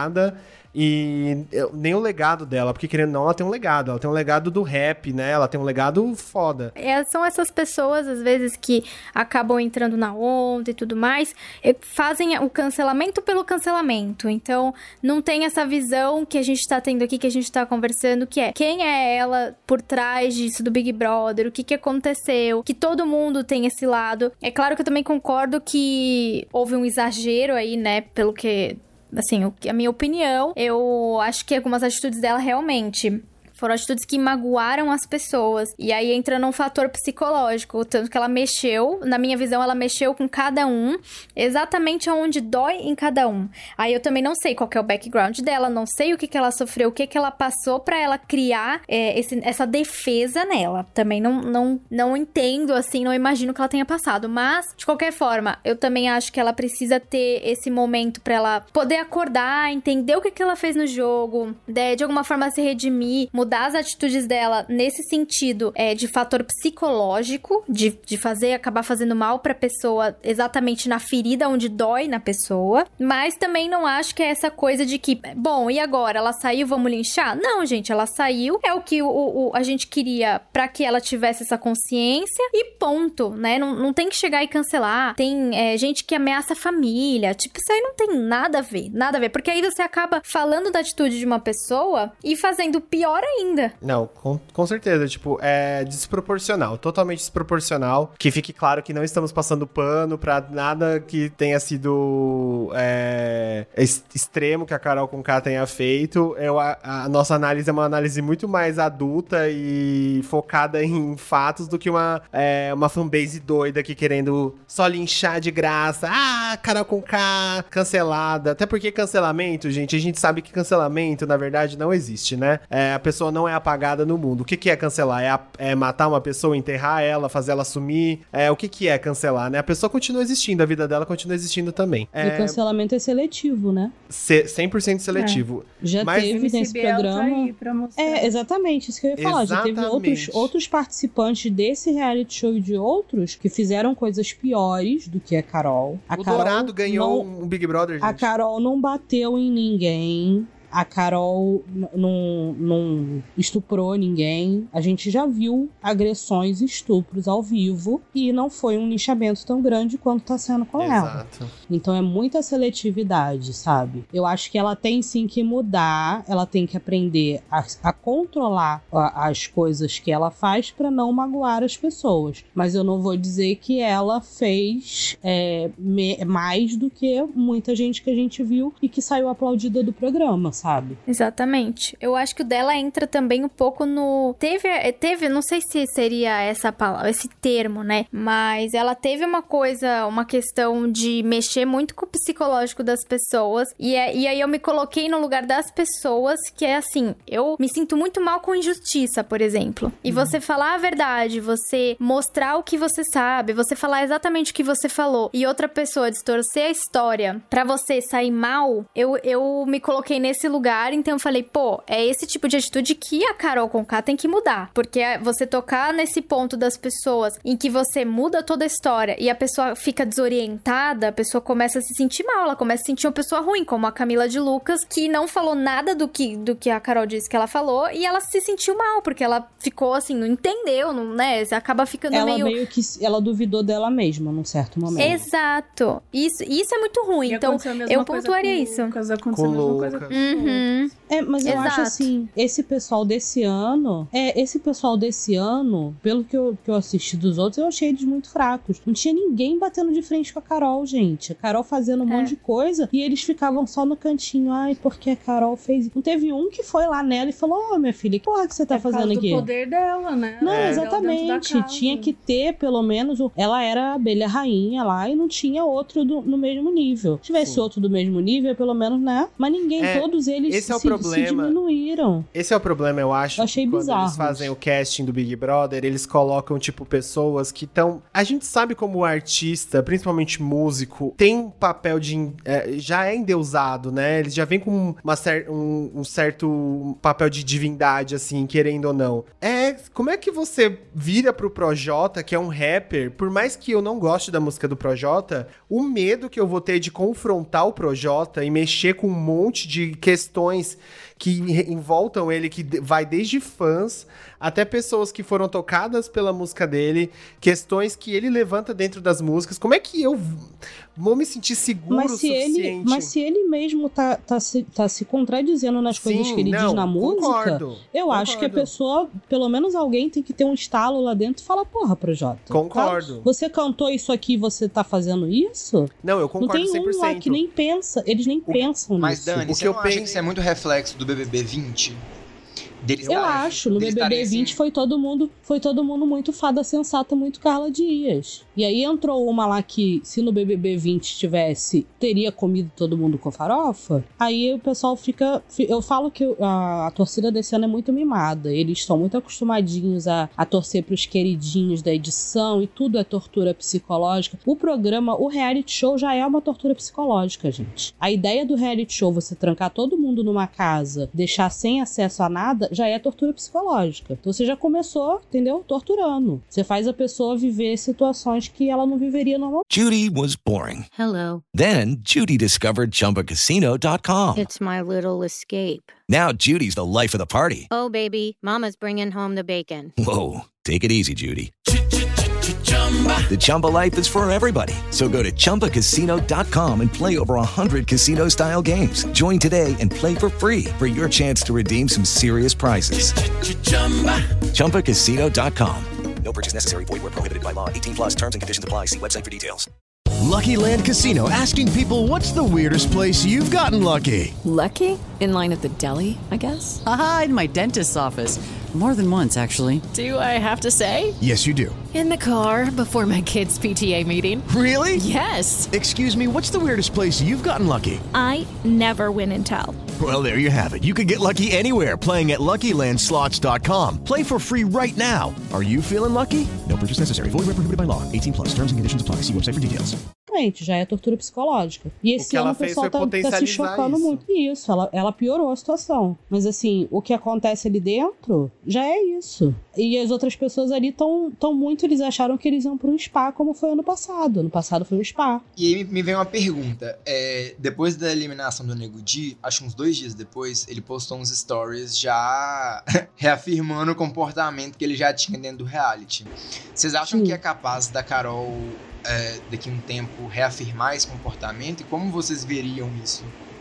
e nem o legado dela, porque querendo ou não, ela tem um legado, ela tem um legado do rap, né, ela tem um legado foda. É, são essas pessoas, às vezes, que acabam entrando na onda e tudo mais, e fazem o cancelamento pelo cancelamento, então não tem essa visão que a gente tá tendo aqui, que a gente tá conversando, que é, quem é ela por trás disso do Big Brother, o que que aconteceu, que todo mundo tem esse lado. É claro que eu também concordo que houve um exagero aí, né, pelo que... Assim, a minha opinião, eu acho que algumas atitudes dela realmente Foram atitudes que magoaram as pessoas. E aí entra num fator psicológico, tanto que ela mexeu, na minha visão, ela mexeu com cada um, exatamente onde dói em cada um. Aí eu também não sei qual que é o background dela, não sei o que que ela sofreu, o que que ela passou pra ela criar é, esse, essa defesa nela. Também não, não, não entendo, assim, não imagino que ela tenha passado. Mas, de qualquer forma, eu também acho que ela precisa ter esse momento pra ela poder acordar, entender o que que ela fez no jogo, de, de alguma forma se redimir, mudar as atitudes dela nesse sentido é, de fator psicológico, de, de fazer, acabar fazendo mal pra pessoa exatamente na ferida onde dói na pessoa. Mas também não acho que é essa coisa de que, bom, e agora? Ela saiu, vamos linchar? Não, gente, ela saiu, é o que o, o, a gente queria pra que ela tivesse essa consciência e ponto, né? Não, não tem que chegar e cancelar. Tem é, gente que ameaça a família, tipo, isso aí não tem nada a ver, nada a ver, porque aí você acaba falando da atitude de uma pessoa e fazendo pior ainda. Não, com, com certeza, tipo, é desproporcional, totalmente desproporcional, que fique claro que não estamos passando pano pra nada que tenha sido é, extremo que a Carol Conká tenha feito. Eu, a, a nossa análise é uma análise muito mais adulta e focada em fatos do que uma, é, uma fanbase doida aqui querendo só linchar de graça. Ah, Carol Conká cancelada. Até porque cancelamento, gente, a gente sabe que cancelamento, na verdade, não existe, né? É, a pessoa não é apagada no mundo. O que, que é cancelar? É, a, é matar uma pessoa, enterrar ela, fazer ela sumir? É, o que, que é cancelar, né? A pessoa continua existindo, a vida dela continua existindo também. É, e cancelamento é seletivo, né? cem por cento seletivo. É. Já Mas teve nesse programa... Tá é, exatamente, isso que eu ia falar. Exatamente. Já teve outros, outros participantes desse reality show e de outros que fizeram coisas piores do que a Carol. A o Carol Dourado ganhou não, um Big Brother, gente. A Carol não bateu em ninguém. A Carol não, não estuprou ninguém. A gente já viu agressões e estupros ao vivo e não foi um linchamento tão grande quanto tá sendo com Exato. ela. Então é muita seletividade, sabe? Eu acho que ela tem sim que mudar, ela tem que aprender a, a controlar a, as coisas que ela faz pra não magoar as pessoas. Mas eu não vou dizer que ela fez é, me, mais do que muita gente que a gente viu e que saiu aplaudida do programa, sabe? Exatamente. Eu acho que o dela entra também um pouco no... Teve, teve não sei se seria essa palavra, esse termo, né? Mas ela teve uma coisa, uma questão de mexer muito com o psicológico das pessoas. E, é, e aí eu me coloquei no lugar das pessoas, que é assim, eu me sinto muito mal com injustiça, por exemplo. E uhum. você falar a verdade, você mostrar o que você sabe, você falar exatamente o que você falou, e outra pessoa distorcer a história pra você sair mal, eu, eu me coloquei nesse lugar, então eu falei, pô, é esse tipo de atitude que a Carol Conká tem que mudar, porque você tocar nesse ponto das pessoas em que você muda toda a história e a pessoa fica desorientada, a pessoa começa a se sentir mal, ela começa a sentir uma pessoa ruim, como a Camila de Lucas, que não falou nada do que, do que a Carol disse que ela falou, e ela se sentiu mal, porque ela ficou assim, não entendeu, não, né, você acaba ficando ela meio... meio que, ela duvidou dela mesma, num certo momento. Exato, isso, isso é muito ruim, e então eu pontuaria isso. Lucas, aconteceu a mesma coisa com Uhum. É, mas eu Exato. acho assim, esse pessoal desse ano, é, esse pessoal desse ano, pelo que eu, que eu assisti dos outros, eu achei eles muito fracos. Não tinha ninguém batendo de frente com a Carol, gente. A Carol fazendo um é. monte de coisa e eles ficavam só no cantinho. Ai, porque a Carol fez... Não teve um que foi lá nela e falou, ô, oh, minha filha, que porra que você tá é fazendo aqui? É o poder dela, né? Não, é. exatamente. Tinha que ter, pelo menos, ela era a abelha rainha lá e não tinha outro do, no mesmo nível. Se tivesse Sim. outro do mesmo nível, pelo menos, né? Mas ninguém, é, todos eles esse se, é o problema. se diminuíram. Esse é o problema, eu acho. Eu achei quando bizarro. Eles fazem o casting do Big Brother, eles colocam, tipo, pessoas que estão... A gente sabe como o artista, principalmente músico, tem um papel de... É, já é endeusado, né? Eles já vêm com uma cer- um, um certo papel de divindade, assim, querendo ou não. É... Como é que você vira pro Projota, que é um rapper, por mais que eu não goste da música do Projota, o medo que eu vou ter de confrontar o Projota e mexer com um monte de questões que envoltam ele, que vai desde fãs até pessoas que foram tocadas pela música dele, questões que ele levanta dentro das músicas. Como é que eu vou me sentir seguro mas o se suficiente? Ele, mas se ele mesmo tá, tá, se, tá se contradizendo nas Sim, coisas que ele não, diz na música, concordo, eu concordo. acho que a pessoa, pelo menos alguém tem que ter um estalo lá dentro e falar, porra, Projota. Concordo. Tá? Você cantou isso aqui e você tá fazendo isso? Não, eu concordo não tem cem por cento. Um lá que nem pensa, eles nem o, pensam mas, nisso. Mas, Dani, o você que eu não penso... acha que isso é muito reflexo do B B B vinte? Deles Eu acho, no B B B vinte foi todo mundo, foi todo mundo muito fada sensata, muito Carla Dias. E aí entrou uma lá que, se no B B B vinte tivesse, teria comido todo mundo com farofa. Aí o pessoal fica... Eu falo que a, a torcida desse ano é muito mimada. Eles estão muito acostumadinhos a, a torcer pros queridinhos da edição e tudo é tortura psicológica. O programa, o reality show já é uma tortura psicológica, gente. A ideia do reality show, você trancar todo mundo numa casa, deixar sem acesso a nada, já é tortura psicológica. Então você já começou, entendeu? Torturando. Você faz a pessoa viver situações que ela não viveria normalmente. Judy was boring. Hello. Then Judy discovered Chumba Casino dot com. It's my little escape. Now Judy's the life of the party. Oh, baby, mama's bringing home the bacon. Whoa, take it easy, Judy. The Chumba life is for everybody. So go to Chumba Casino dot com and play over one hundred casino-style games. Join today and play for free for your chance to redeem some serious prizes. Chumba Casino dot com. No purchase necessary. Void where prohibited by law. eighteen plus terms and conditions apply. See website for details. Lucky Land Casino, asking people, what's the weirdest place you've gotten lucky? Lucky? In line at the deli, I guess? Aha, in my dentist's office. More than once, actually. Do I have to say? Yes, you do. In the car before my kids' P T A meeting. Really? Yes. Excuse me, what's the weirdest place you've gotten lucky? I never win and tell. Well, there you have it. You can get lucky anywhere, playing at Lucky Land Slots dot com. Play for free right now. Are you feeling lucky? No purchase necessary. Void where prohibited by law. eighteen plus. Terms and conditions apply. See website for details. Já é tortura psicológica. E esse ano o pessoal tá, tá se chocando isso. muito. Isso, ela, ela piorou a situação. Mas assim, o que acontece ali dentro já é isso. E as outras pessoas ali estão tão muito... Eles acharam que eles iam para um spa como foi ano passado. Ano passado foi um spa. E aí me vem uma pergunta. É, depois da eliminação do Nego Di, acho que uns dois dias depois, ele postou uns stories já reafirmando o comportamento que ele já tinha dentro do reality. Vocês acham Sim. que é capaz da Carol... É, daqui a um tempo reafirmar esse comportamento? E como vocês veriam isso?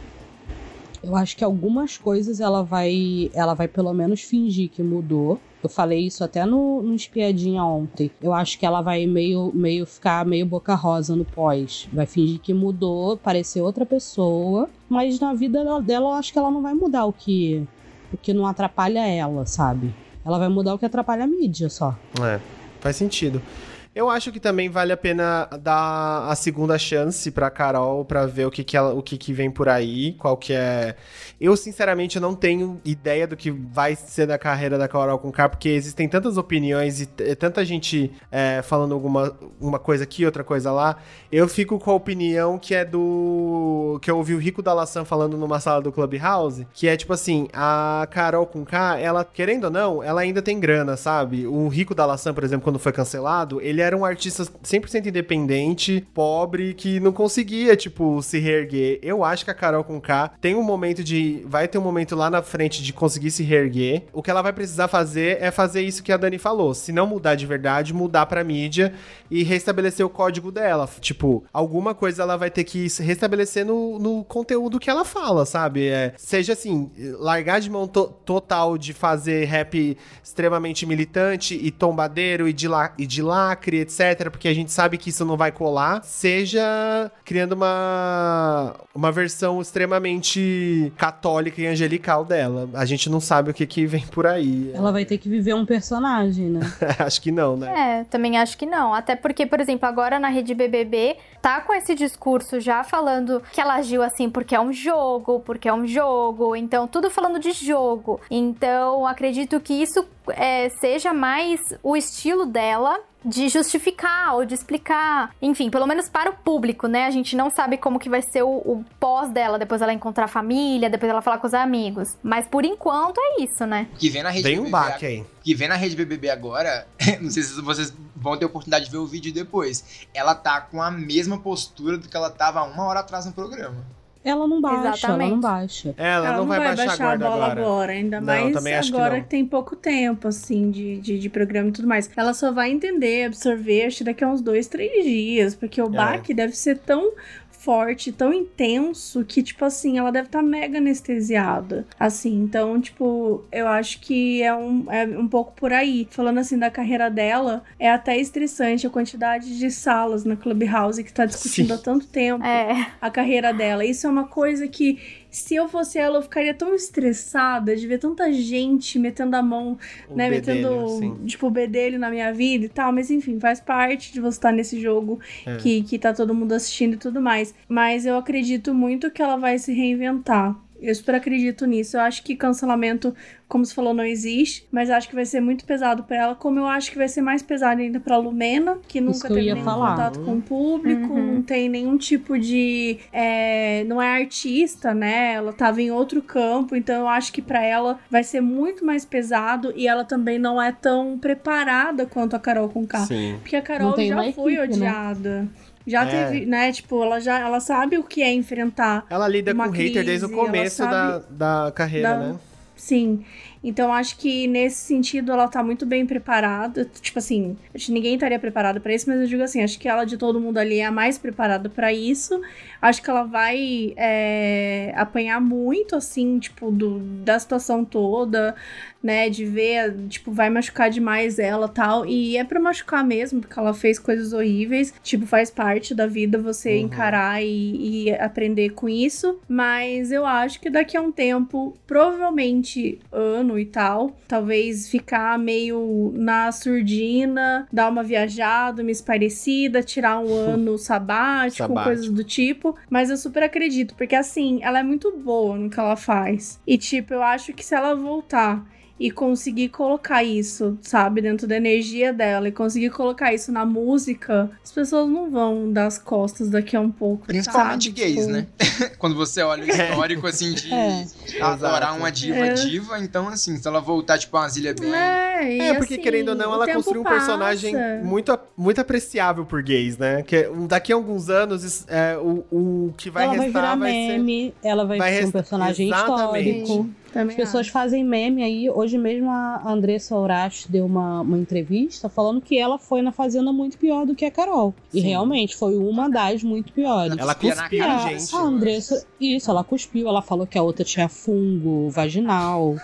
Eu acho que algumas coisas ela vai ela vai pelo menos fingir que mudou. Eu falei isso até no, no Espiadinha ontem. Eu acho que ela vai meio, meio ficar meio boca rosa no pós. Vai fingir que mudou, parecer outra pessoa. Mas na vida dela eu acho que ela não vai mudar o que, o que não atrapalha ela, sabe? Ela vai mudar o que atrapalha a mídia só. É, faz sentido. Eu acho que também vale a pena dar a segunda chance pra Carol, pra ver o que que, ela, o que que vem por aí, qual que é... Eu, sinceramente, não tenho ideia do que vai ser da carreira da Carol Conká, porque existem tantas opiniões e t- tanta gente é, falando alguma uma coisa aqui, outra coisa lá. Eu fico com a opinião que é do... que eu ouvi o Rico da Laçã falando numa sala do Clubhouse, que é tipo assim, a Carol Conká, ela, querendo ou não, ela ainda tem grana, sabe? O Rico da Laçã, por exemplo, quando foi cancelado, ele era um artista cem por cento independente, pobre, que não conseguia, tipo, se reerguer. Eu acho que a Carol Conká tem um momento de... vai ter um momento lá na frente de conseguir se reerguer. O que ela vai precisar fazer é fazer isso que a Dani falou. Se não mudar de verdade, mudar pra mídia e restabelecer o código dela. Tipo, alguma coisa ela vai ter que restabelecer no, no conteúdo que ela fala, sabe? É, seja assim, largar de mão to- total de fazer rap extremamente militante e tombadeiro e de, la- e de lacre, etc, porque a gente sabe que isso não vai colar, seja criando uma, uma versão extremamente católica e angelical dela. A gente não sabe o que que vem por aí. Ela vai ter que viver um personagem, né? Acho que não, né? É, também acho que não. Até porque, por exemplo, agora na Rede B B B, tá com esse discurso já falando que ela agiu assim porque é um jogo, porque é um jogo, então tudo falando de jogo. Então, acredito que isso é, seja mais o estilo dela de justificar ou de explicar, enfim, pelo menos para o público, né? A gente não sabe como que vai ser o, o pós dela, depois ela encontrar a família, depois ela falar com os amigos. Mas por enquanto é isso, né? O que vem na Rede Tem um B B B baque aí. O que vem na Rede B B B agora, não sei se vocês vão ter oportunidade de ver o vídeo depois, ela tá com a mesma postura do que ela tava uma hora atrás no programa. Ela não baixa, Exatamente. ela não baixa. Ela, Ela não, não vai, vai baixar, baixar a a guarda bola agora. agora, ainda Não, mais também acho que agora não. que, tem pouco tempo, assim, de, de, de programa e tudo mais. Ela só vai entender, absorver, acho que daqui a uns dois, três dias, porque o É. baque deve ser tão forte, tão intenso, que, tipo assim, ela deve estar tá mega anestesiada, assim, então, tipo, eu acho que é um, é um pouco por aí. Falando, assim, da carreira dela, é até estressante a quantidade de salas na Clubhouse que tá discutindo Sim. há tanto tempo É. a carreira dela. Isso é uma coisa que, se eu fosse ela, eu ficaria tão estressada de ver tanta gente metendo a mão, O né? bedelho, Metendo, assim. tipo, o bedelho na minha vida e tal. Mas enfim, faz parte de você estar nesse jogo É. que, que tá todo mundo assistindo e tudo mais. Mas eu acredito muito que ela vai se reinventar. Eu super acredito nisso. Eu acho que cancelamento, como você falou, não existe, mas acho que vai ser muito pesado pra ela, como eu acho que vai ser mais pesado ainda pra Lumena, que nunca que eu teve ia nenhum falar. contato com o público, Uhum. não tem nenhum tipo de... é, não é artista, né? Ela tava em outro campo, então eu acho que pra ela vai ser muito mais pesado e ela também não é tão preparada quanto a Carol Conká. Sim. Porque a Carol Não tem já uma foi equipe, né? odiada. Já É. teve, né? Tipo, ela já ela sabe o que é enfrentar. Ela lida uma com hater desde o crise, ela começo sabe da, da carreira, da- né? Sim. Então, acho que nesse sentido ela tá muito bem preparada. Tipo assim, acho que ninguém estaria preparado pra isso, mas eu digo assim, acho que ela de todo mundo ali é a mais preparada pra isso. Acho que ela vai é, apanhar muito, assim, tipo, do, da situação toda, né? De ver, tipo, vai machucar demais ela e tal. E é pra machucar mesmo, porque ela fez coisas horríveis. Tipo, faz parte da vida você Uhum. encarar e, e aprender com isso. Mas eu acho que daqui a um tempo, provavelmente ano e tal, talvez ficar meio na surdina, dar uma viajada, uma esparecida, tirar um ano sabático, Sabático. coisas do tipo. Mas eu super acredito, porque assim, ela é muito boa no que ela faz. E tipo, eu acho que se ela voltar e conseguir colocar isso, sabe, dentro da energia dela e conseguir colocar isso na música, as pessoas não vão dar as costas daqui a um pouco. Principalmente sabe? gays, Tipo, né? Quando você olha o histórico, assim, de É. adorar Exato. uma diva É. diva, então, assim, se ela voltar, tipo, uma Zília bem... É, e É, porque assim, querendo ou não, o ela tempo construiu um passa. personagem muito, muito apreciável por gays, né? Que daqui a alguns anos, isso- é, o, o que vai ela vai restar virar vai ser... meme, ela vai, vai ser um restar- personagem Exatamente. histórico. Também As pessoas acho. fazem meme aí. Hoje mesmo a Andressa Urach deu uma, uma entrevista falando que ela foi na Fazenda muito pior do que a Carol. E Sim. realmente foi uma das muito piores. Ela Cuspia na cuspiu, cara, a, gente. a Andressa, isso, ela cuspiu. Ela falou que a outra tinha fungo vaginal.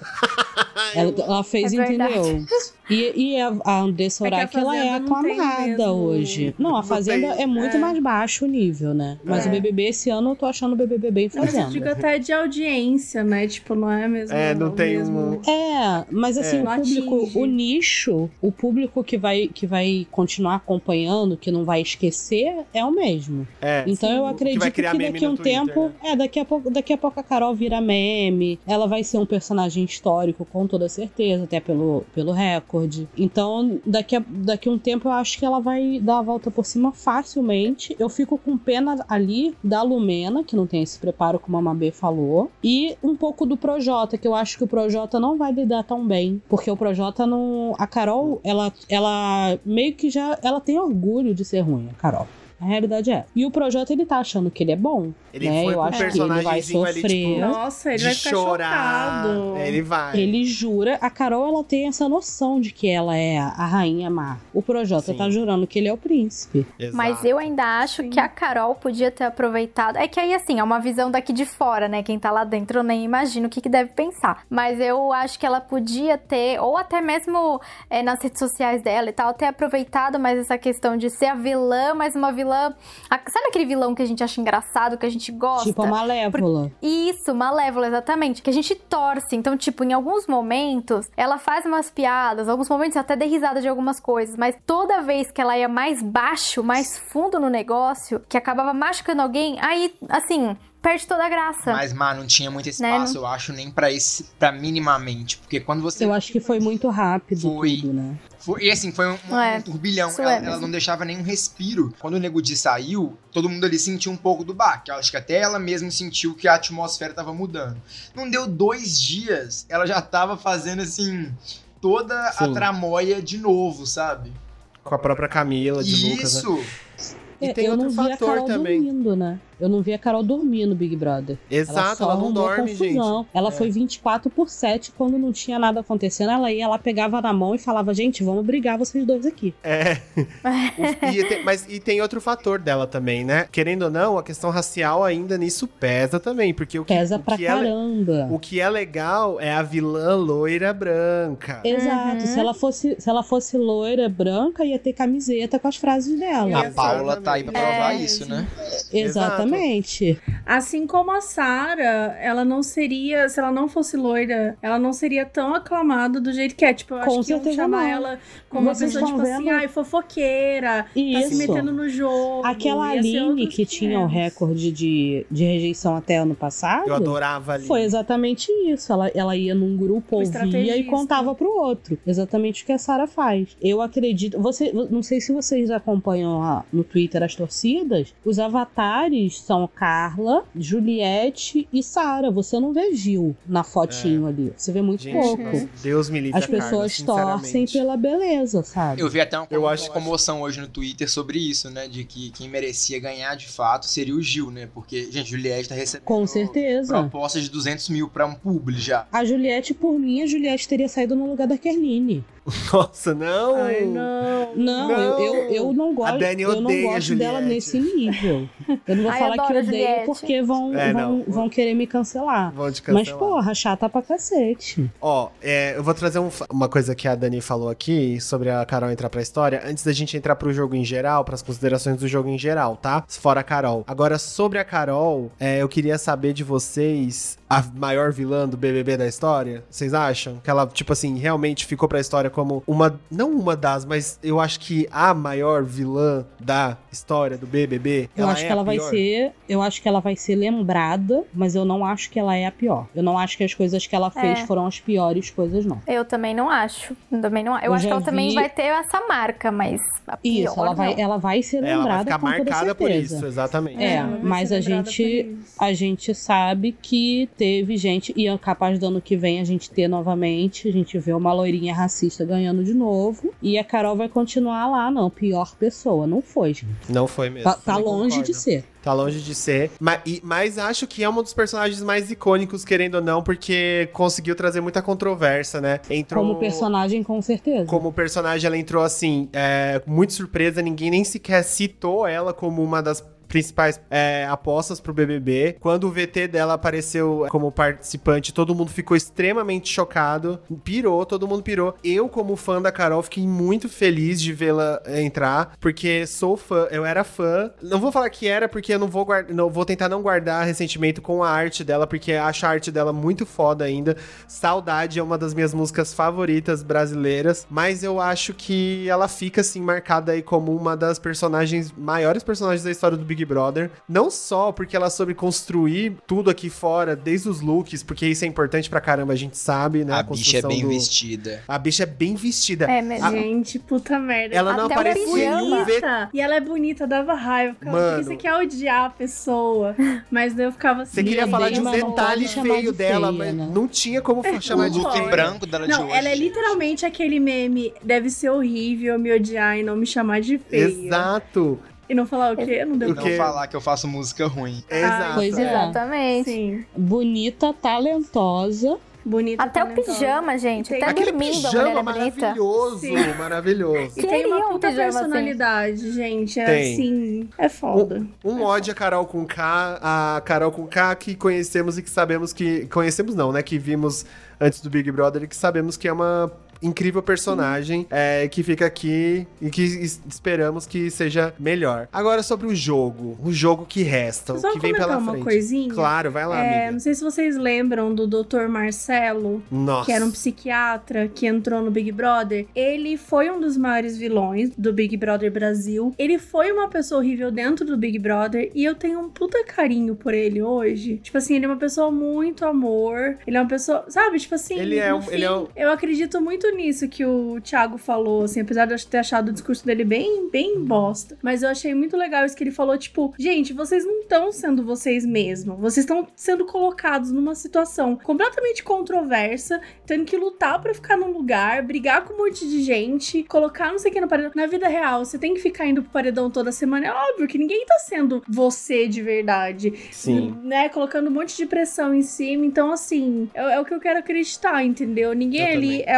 ela, ela fez, É verdade. entendeu? E, e a, a Andressa É que a Urach, ela é Fazenda não tem aclamada mesmo- hoje. Não, a Não Fazenda tem- é muito é. mais baixo o nível, né? Mas É. o B B B esse ano eu tô achando o B B B bem Mas eu digo Fazenda. até de audiência, né? Tipo, não é mesmo. É, não o tem mesmo... um... É, mas assim, É. o Não público, atinge. o nicho, o público que vai, que vai continuar acompanhando, que não vai esquecer, é o mesmo. É, Então sim. eu O que acredito vai que, criar meme daqui a no um Twitter, tempo. né? É, daqui a, pouco, daqui a pouco a Carol vira meme. Ela vai ser um personagem histórico, com toda certeza, até pelo, pelo recorde. Então, daqui a, daqui a um tempo eu acho que ela vai dar a volta por cima facilmente. Eu fico com pena ali da Lumena, que não tem esse preparo, como a Mabê falou. E um pouco do Projota, que eu acho que o Projota não vai lidar tão bem. Porque o Projota não. A Carol, ela, ela meio que já. Ela tem orgulho de ser ruim, a Carol. A realidade é. E o Projota, ele tá achando que ele é bom. Ele né? foi Eu com um acho que ele vai personagemzinho ali, sofrer. tipo, Nossa, ele de vai ficar chorar. chocado. É, ele vai. Ele jura. A Carol, ela tem essa noção de que ela é a rainha má. O Projota Sim. tá jurando que ele é o príncipe. Exato. Mas eu ainda acho Sim. que a Carol podia ter aproveitado. É que aí, assim, é uma visão daqui de fora, né? Quem tá lá dentro eu nem imagino o que, que deve pensar. Mas eu acho que ela podia ter, ou até mesmo é, nas redes sociais dela e tal, ter aproveitado mais essa questão de ser a vilã, mas uma vilã. a- Sabe aquele vilão que a gente acha engraçado, que a gente gosta? Tipo a Malévola. Isso, Malévola, exatamente. Que a gente torce. Então, tipo, em alguns momentos, ela faz umas piadas, alguns momentos eu até dei risada de algumas coisas, mas toda vez que ela ia mais baixo, mais fundo no negócio, que acabava machucando alguém, aí, assim, perde toda a graça. Mas, mano, não tinha muito Né, espaço, não- eu acho, nem pra esse, pra minimamente. Porque quando você... Eu acho que foi muito rápido Foi. tudo, né? Foi, e assim, foi um, um, É, um turbilhão. isso Ela, é ela mesmo. não deixava nenhum respiro. Quando o Nego Di saiu, todo mundo ali sentiu um pouco do baque. Eu acho que até ela mesma sentiu que a atmosfera tava mudando. Não deu dois dias, ela já tava fazendo, assim, toda a Sim. tramóia de novo, sabe? Com a própria Camila de Lucas, né? Isso! E É, tem eu outro não vi a fator Carol também. dormindo, né? Eu não vi a Carol dormir no Big Brother. Exato, só ela não arrumou dorme, confusão. gente. Ela É. foi vinte e quatro por sete quando não tinha nada acontecendo. Ela ia lá, pegava na mão e falava, gente, vamos brigar vocês dois aqui. É. Os- e tem- mas e tem outro fator dela também, né? Querendo ou não, a questão racial ainda nisso pesa também, porque o que, Pesa o pra que é, le- caramba. o que é legal é a vilã loira branca. Exato. Uhum. Se ela fosse, se ela fosse loira, branca, ia ter camiseta com as frases dela. A Paula tá aí pra provar É, isso, né? Exatamente. Assim como a Sarah, ela não seria, se ela não fosse loira, ela não seria tão aclamada do jeito que é. Tipo, eu Com acho que iam chamar não. ela como uma Vocês pessoa, tipo estão assim, vendo? ai, fofoqueira, Isso. tá se metendo no jogo. Aquela ia ser Aline outros que tinha o quinhentos. recorde de, de rejeição até ano passado. Eu adorava a Aline. Foi exatamente isso. Ela, ela ia num grupo, O ouvia e estrategista. contava pro outro. Exatamente o que a Sarah faz. Eu acredito. Você, não sei se vocês acompanham lá no Twitter as torcidas. Os avatares são Carla, Juliette e Sarah. Você não vê Gil na fotinho É. ali. Você vê muito Gente, pouco. nossa, Deus me livre As a Carla, pessoas torcem sinceramente. pela beleza, sabe? Eu vi até uma, Eu uma acho- comoção hoje no Twitter sobre isso, né? De que quem merecia ganhar de fato seria o Gil, né? Porque, gente, Juliette tá recebendo Com certeza. propostas de duzentos mil pra um publi já. A Juliette, por mim, a Juliette teria saído no lugar da Kerline. Nossa, não! Ai, não. Não, Não. Eu, eu, eu não A gosto, Dani eu não odeia a gosto dela Juliette. nesse nível. Eu não vou Ai, falar que adoro a odeio Juliette. porque vão, É, vão, não. vão querer me cancelar. Vão te Mas, cancelar. porra, chata pra cacete. Ó, é, eu vou trazer um fa- uma coisa que a Dani falou aqui sobre a Carol entrar pra história, antes da gente entrar pro jogo em geral, pras considerações do jogo em geral, tá? Fora a Carol. Agora, sobre a Carol, é, eu queria saber de vocês, a maior vilã do B B B da história, vocês acham? Que ela, tipo assim, realmente ficou pra história como uma, não uma das, mas eu acho que a maior vilã da história do B B B. Eu acho é que ela a vai pior? ser, eu acho que ela vai ser lembrada, mas eu não acho que ela é a pior. Eu não acho que as coisas que ela fez É. foram as piores coisas, não. Eu também não acho. Também não, eu, Eu acho que já ela também vi- vai ter essa marca, mas a pior, Isso, ela vai, não. ela vai ser É, ela vai lembrada ficar com toda marcada por certeza. isso, exatamente. É, Ela vai mas ser a lembrada gente, por isso. a gente sabe que teve gente, e é capaz do ano que vem a gente ter novamente, a gente vê uma loirinha racista ganhando de novo, e a Carol vai continuar lá, não, pior pessoa, não foi, gente. Não foi mesmo. Tá, tá Também longe concordo. de ser. Tá longe de ser. Mas, e- mas acho que é um dos personagens mais icônicos, querendo ou não, porque conseguiu trazer muita controvérsia, né? Entrou. Como personagem, com certeza. Como personagem, ela entrou assim, é, muito surpresa, ninguém nem sequer citou ela como uma das principais é, apostas pro B B B. Quando o V T dela apareceu como participante, todo mundo ficou extremamente chocado, pirou, todo mundo pirou. Eu, como fã da Carol, fiquei muito feliz de vê-la entrar, porque sou fã, eu era fã. Não vou falar que era, porque eu não vou guardar, não vou tentar não guardar ressentimento com a arte dela, porque acho a arte dela muito foda ainda. Saudade é uma das minhas músicas favoritas brasileiras, mas eu acho que ela fica assim marcada aí como uma das personagens, maiores personagens da história do Big Brother, não só porque ela soube construir tudo aqui fora, desde os looks, porque isso é importante pra caramba, a gente sabe, né? A bicha é construção bem do- vestida. A bicha é bem vestida. É, mas, A- Gente, puta merda. Ela não Até o apareceu em nenhum pijama. V T. Bonita. E ela é bonita, dava raiva. Ficava, Mano. porque você quer odiar a pessoa. Mas daí eu ficava assim. Você queria Meu falar Deus, de um mas não detalhe pode chamar feio de dela, feia, mas né? não tinha como chamar O de look feia. branco dela de Não, hoje. ela é literalmente aquele meme. Deve ser horrível me odiar e não me chamar de feia. Exato. E não falar o quê? Não deu O Não quê? falar que eu faço música ruim. Exato. Pois é. Exatamente. Sim. Bonita, talentosa. Bonita. Até o talentosa. pijama, gente. Tem- Até Aquele dormindo a mulher pijama é bonita. maravilhoso, Sim. maravilhoso. E tem uma Queria um puta pijama assim. personalidade, gente. É Tem. assim. É foda. Um ódio a Carol com K, a Carol com K que conhecemos e que sabemos que... Conhecemos não, né? Que vimos antes do Big Brother e que sabemos que é uma incrível personagem é, que fica aqui e que es- esperamos que seja melhor. Agora sobre o jogo. O jogo que resta, Só o que vem comentar pela uma frente. coisinha? Claro, vai lá, É, amiga. não sei se vocês lembram do doutor Marcelo, Nossa. que era um psiquiatra que entrou no Big Brother. Ele foi um dos maiores vilões do Big Brother Brasil. Ele foi uma pessoa horrível dentro do Big Brother e eu tenho um puta carinho por ele hoje. Tipo assim, ele é uma pessoa muito amor. Ele é uma pessoa, sabe? Tipo assim, Ele é no um- fim, ele é um- eu acredito muito nisso que o Thiago falou, assim, apesar de eu ter achado o discurso dele bem, bem bosta. Mas eu achei muito legal isso que ele falou, tipo, gente, vocês não estão sendo vocês mesmos. Vocês estão sendo colocados numa situação completamente controversa, tendo que lutar pra ficar num lugar, brigar com um monte de gente, colocar não sei o que no paredão. Na vida real, você tem que ficar indo pro paredão toda semana. É óbvio que ninguém tá sendo você de verdade. Sim. Né? Colocando um monte de pressão em cima. Então, assim, é, é o que eu quero acreditar, entendeu? Ninguém Eu ali também. é o que é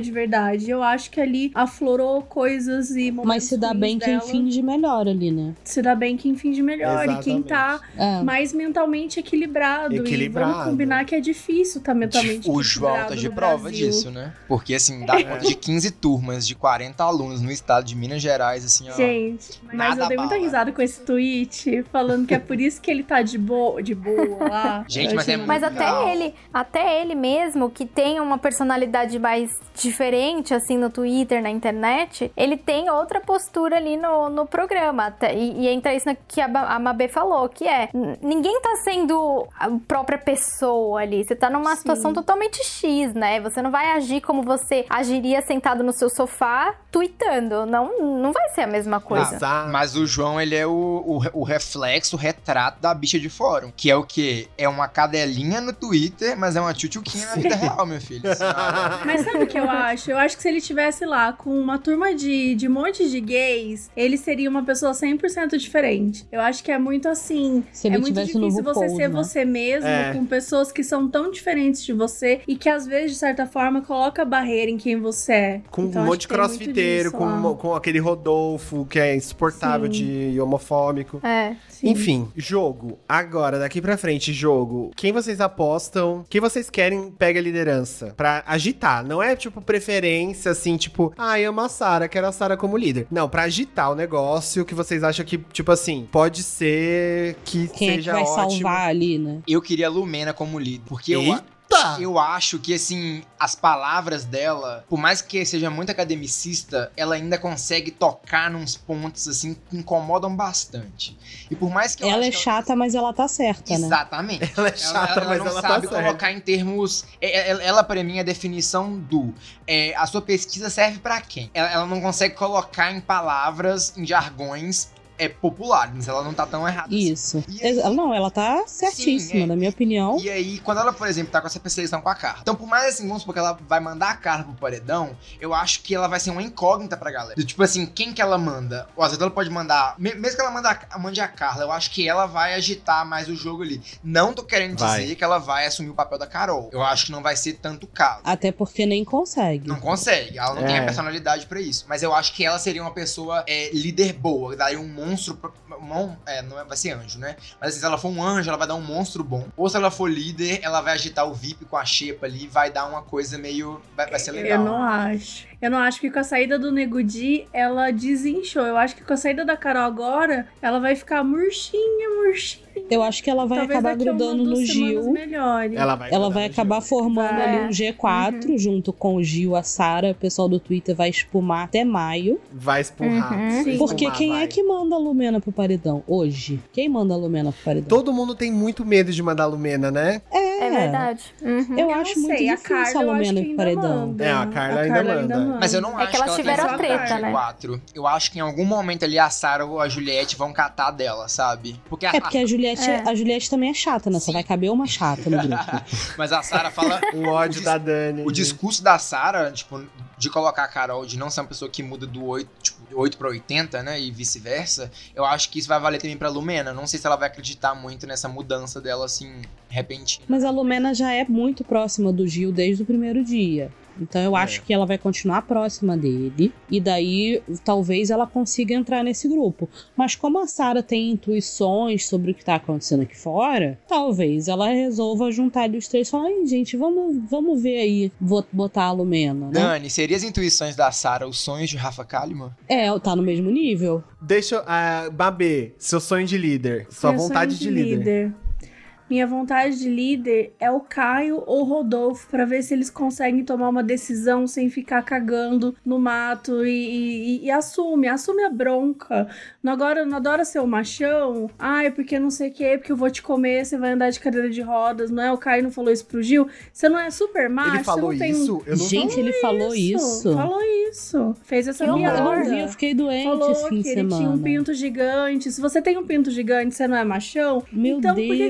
de verdade. Eu acho que ali aflorou coisas e momentos Mas se dá bem dela. quem finge melhor ali, né? Se dá bem quem finge melhor. Exatamente. E quem tá É. mais mentalmente equilibrado. Equilibrado. E vamos combinar que é difícil tá mentalmente O equilibrado João tá de no prova Brasil. disso, né? Porque, assim, dá conta de quinze turmas de quarenta alunos no estado de Minas Gerais, assim, ó. Gente, mas nada eu dei muita bala. risada com esse tweet, falando que é por isso que ele tá de, bo de boa lá. Gente, Eu mas achei é muito Mas legal. até ele, até ele mesmo, que tem uma personalidade mais diferente, assim, no Twitter, na internet, ele tem outra postura ali no, no programa. Até, e, e entra isso no que a, Ba- a Mabê falou, que é, n- ninguém tá sendo a própria pessoa ali. Você tá numa Sim. situação totalmente X, né? Você não vai agir como você agiria sentado no seu sofá, tweetando. Não, não vai ser a mesma coisa. Exato. Mas o João, ele é o, o, o reflexo, o retrato da bicha de fórum. Que é o quê? É uma cadelinha no Twitter, mas é uma tchutchuquinha na vida real, meu filho. Assim, olha. Mas sabe o que eu acho? Eu acho que se ele estivesse lá com uma turma de, de monte de gays, ele seria uma pessoa cem por cento diferente. Eu acho que é muito assim. Se ele é muito tivesse no difícil você RuPaul, ser né? você mesmo É. com pessoas que são tão diferentes de você e que às vezes, de certa forma, coloca barreira em quem você é. Com Então, um acho monte de que tem muito crossfiteiro, disso com, lá. mo- com aquele Rodolfo, que é insuportável Sim. de homofóbico. É. Sim. Enfim, jogo. Agora, daqui pra frente, jogo. Quem vocês apostam? Quem vocês querem pega a liderança? Pra agitar. Não é, tipo, preferência, assim, tipo... Ah, eu amo a Sarah, quero a Sarah como líder. Não, pra agitar o negócio que vocês acham que, tipo assim, pode ser que Quem é que seja vai ótimo. salvar ali, né? Eu queria a Lumena como líder. Porque eu, a- Eita! eu acho que, assim, as palavras dela, por mais que seja muito academicista, ela ainda consegue tocar nos pontos, assim, que incomodam bastante. E por mais que eu Ela acho é que chata, mas ela tá certa, né? Exatamente. Ela é chata, ela, mas não ela tá sabe certa. colocar em termos. é- Ela, ela pra mim, é a definição do. é, a sua pesquisa serve pra quem? Ela, ela não consegue colocar em palavras, em jargões é, populares. Ela não tá tão errada assim. Isso. E aí- Exa- Não, ela tá certíssima, Sim, é. na minha opinião. E aí, quando ela, por exemplo, tá com essa perseguição com a Carla. Então, por mais assim, vamos supor que ela vai mandar a Carla pro paredão, eu acho que ela vai ser uma incógnita pra galera. Tipo assim, quem que ela manda? Ou às vezes ela pode mandar. me- Mesmo que ela manda a, mande a Carla, eu acho que ela vai agitar mais o jogo ali. Não tô querendo Vai. dizer que ela vai assumir o papel da Carol. Eu acho que não vai ser tanto caso. Até porque nem consegue. Não consegue, ela não É. tem a personalidade pra isso. Mas eu acho que ela seria uma pessoa é, líder boa, daria um monstro. Pra, um, é, não é, vai ser anjo, né? Mas assim, se ela for um anjo, ela vai dar um monstro bom. Ou se ela for líder, ela vai agitar o V I P com a xepa ali, vai dar uma coisa meio. Vai, vai ser legal. Eu não acho. Eu não acho que com a saída do Nego Di, ela desinchou. Eu acho que com a saída da Carol agora, ela vai ficar murchinha, murchinha. Eu acho que ela vai Talvez acabar daqui a uma, grudando duas no semanas Gil. melhore. Ela vai, Ela grudar vai no acabar Gil. formando Vai. ali um G quatro, Uhum. junto com o Gil, a Sarah. O pessoal do Twitter vai espumar até maio. Vai espurrar. Uhum. vai Sim. Porque espumar, quem vai. é que manda a Lumena pro paredão hoje? Quem manda a Lumena pro paredão? Todo mundo tem muito medo de mandar a Lumena, né? É, É verdade. Uhum. Eu, Eu acho não muito sei, a difícil a, Carla eu acho Lumena que ir pro ainda paredão. manda. É, a Carla ainda manda. Mas eu não É acho que elas ela tiveram tem a que treta, ser né? quatro. Eu acho que em algum momento ali a Sarah ou a Juliette vão catar dela, sabe? Porque a, É porque a Juliette, É. a Juliette também é chata, né? Só Sim. vai caber uma chata no grupo. Mas a Sarah fala. O ódio da Dani. O discurso da Sarah, tipo, de colocar a Carol, de não ser uma pessoa que muda do oito, tipo, oito pra oitenta, né, e vice-versa, eu acho que isso vai valer também pra Lumena. Não sei se ela vai acreditar muito nessa mudança dela, assim, repentina. Mas a Lumena já é muito próxima do Gil desde o primeiro dia. Então eu É. acho que ela vai continuar próxima dele. E daí, talvez ela consiga entrar nesse grupo. Mas como a Sarah tem intuições sobre o que tá acontecendo aqui fora, talvez ela resolva juntar ali os três e falar: ai, gente, vamos, vamos ver aí, vou botar a Lumena, né? Dani, seriam as intuições da Sarah os sonhos de Rafa Kalimann? É, tá no mesmo nível. Deixa eu... ah, Babê, seu sonho de líder. Sua Meu vontade sonho de líder. Minha vontade de líder é o Caio ou o Rodolfo, pra ver se eles conseguem tomar uma decisão sem ficar cagando no mato e, e, e assume, assume a bronca. Não, agora, não adora ser o machão. Ai, porque não sei o que, porque eu vou te comer, você vai andar de cadeira de rodas, não é? O Caio não falou isso pro Gil. Você não é super macho, Ele falou você não tem um- isso? Eu não Gente, ele falou isso. Falou isso. Fez essa Eu não, eu piada. não vi, eu fiquei doente Falou esse fim que de ele semana. tinha um pinto gigante. Se você tem um pinto gigante, você não é machão? Meu então por que, que Deus. você não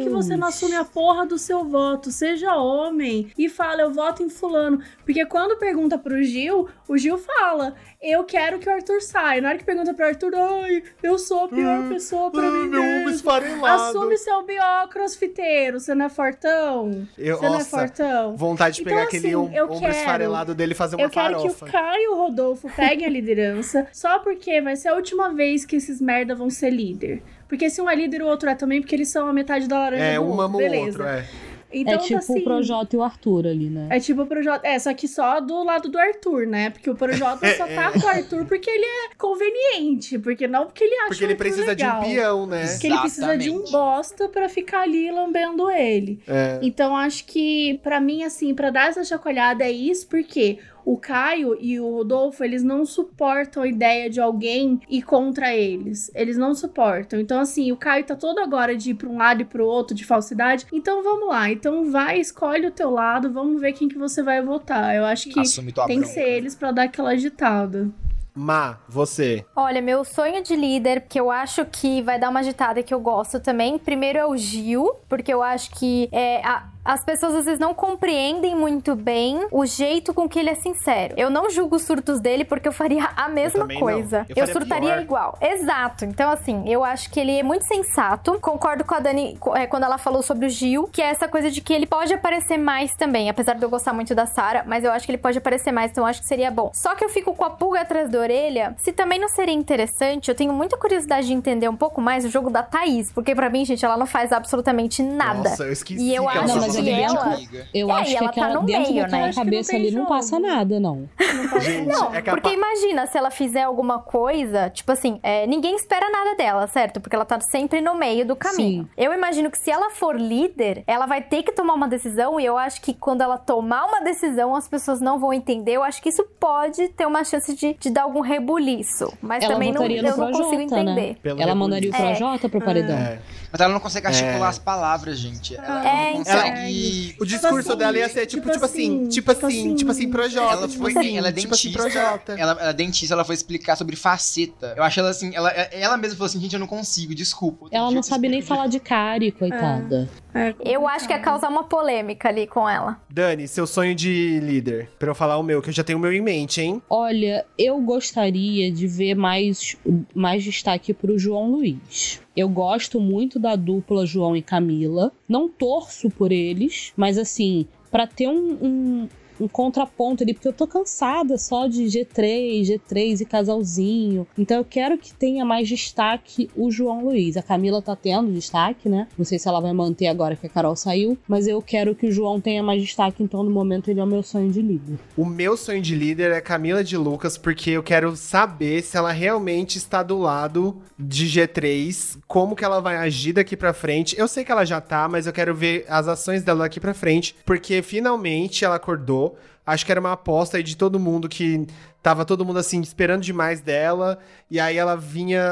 assume a porra do seu voto. Seja homem e fala, eu voto em fulano. Porque quando pergunta pro Gil, o Gil fala, eu quero que o Arthur saia. Na hora que pergunta pro Arthur, ai, eu sou a pior hum, pessoa pra mim meu mesmo. Esfarelado. Assume seu bió crossfiteiro. Você não é fortão? Eu, Você não nossa, é fortão? Vontade de pegar então, aquele assim, ombro quero, esfarelado dele e fazer uma eu quero farofa. que o Caio e o Rodolfo peguem a liderança, só porque vai ser a última vez que esses merda vão ser líder. Porque se um é líder, o outro é também, porque eles são a metade da laranja é, do um outro, ama beleza. o outro, é. Então, é tipo assim, o Projota e o Arthur ali, né? É tipo o Projota. É, só que só do lado do Arthur, né? Porque o Projota só tá com o Arthur porque ele é conveniente. Porque não porque ele acha Porque ele precisa legal. de um peão, né? Porque ele precisa de um bosta pra ficar ali lambendo ele. É. Então, acho que, pra mim, assim, pra dar essa chacoalhada é isso, porque o Caio e o Rodolfo, eles não suportam a ideia de alguém ir contra eles. Eles não suportam. Então, assim, o Caio tá todo agora de ir pra um lado e pro outro, de falsidade. Então, vamos lá. Então, vai, escolhe o teu lado, vamos ver quem que você vai votar. Eu acho que tem que ser eles pra dar aquela agitada. Má, você. Olha, meu sonho de líder, que eu acho que vai dar uma agitada que eu gosto também, primeiro é o Gil, porque eu acho que é, a, as pessoas às vezes não compreendem muito bem o jeito com que ele é sincero. Eu não julgo os surtos dele, porque eu faria a mesma coisa. Eu, eu surtaria pior. igual. Exato. Então, assim, eu acho que ele é muito sensato. Concordo com a Dani é, quando ela falou sobre o Gil, que é essa coisa de que ele pode aparecer mais também, apesar de eu gostar muito da Sarah, mas eu acho que ele pode aparecer mais, então eu acho que seria bom. Só que eu fico com a pulga atrás do orelha, se também não seria interessante, eu tenho muita curiosidade de entender um pouco mais o jogo da Thaís, porque pra mim, gente, ela não faz absolutamente nada. Nossa, eu esqueci. E eu que acho não, mas que ela... Eu é, acho que aquela, tá no dentro meio, daquela né? cabeça não ali não jogo. passa nada, não. Não, Gente, não é capa... porque imagina, se ela fizer alguma coisa, tipo assim, é, ninguém espera nada dela, certo? Porque ela tá sempre no meio do caminho. Sim. Eu imagino que se ela for líder, ela vai ter que tomar uma decisão, e eu acho que quando ela tomar uma decisão, as pessoas não vão entender. Eu acho que isso pode ter uma chance de, de dar algum rebuliço. Mas ela também não, eu Projota, não consigo entender. Né? Ela mandaria o Projota é. pro paredão. É. Mas ela não consegue articular É. as palavras, gente. Ela É, não então. consegue... O discurso assim, dela ia ser tipo, tipo, tipo assim, assim, tipo tipo assim, assim, tipo assim, Projota. Ela, tipo foi, assim, ela é tipo assim, dentista, Projota. ela, ela é dentista, ela foi explicar sobre faceta. Eu acho ela assim, ela, ela mesma falou assim, gente, eu não consigo, desculpa. Ela não sabe nem falar de cárie, coitada. É, Eu acho que ia causar uma polêmica ali com ela. Dani, seu sonho de líder. Pra eu falar o meu, que eu já tenho o meu em mente, hein? Olha, eu gostaria de ver mais, mais destaque pro João Luiz. Eu gosto muito da dupla João e Camila. Não torço por eles, mas assim, pra ter um, um, um contraponto ali, porque eu tô cansada só de G três, G três e casalzinho. Então eu quero que tenha mais destaque o João Luiz. A Camila tá tendo destaque, né? Não sei se ela vai manter agora que a Carol saiu, mas eu quero que o João tenha mais destaque, então no momento ele é o meu sonho de líder. O meu sonho de líder é Camila de Lucas, porque eu quero saber se ela realmente está do lado de G três, como que ela vai agir daqui pra frente. Eu sei que ela já tá, mas eu quero ver as ações dela daqui pra frente, porque finalmente ela acordou. Acho que era uma aposta aí de todo mundo que tava todo mundo assim esperando demais dela, e aí ela vinha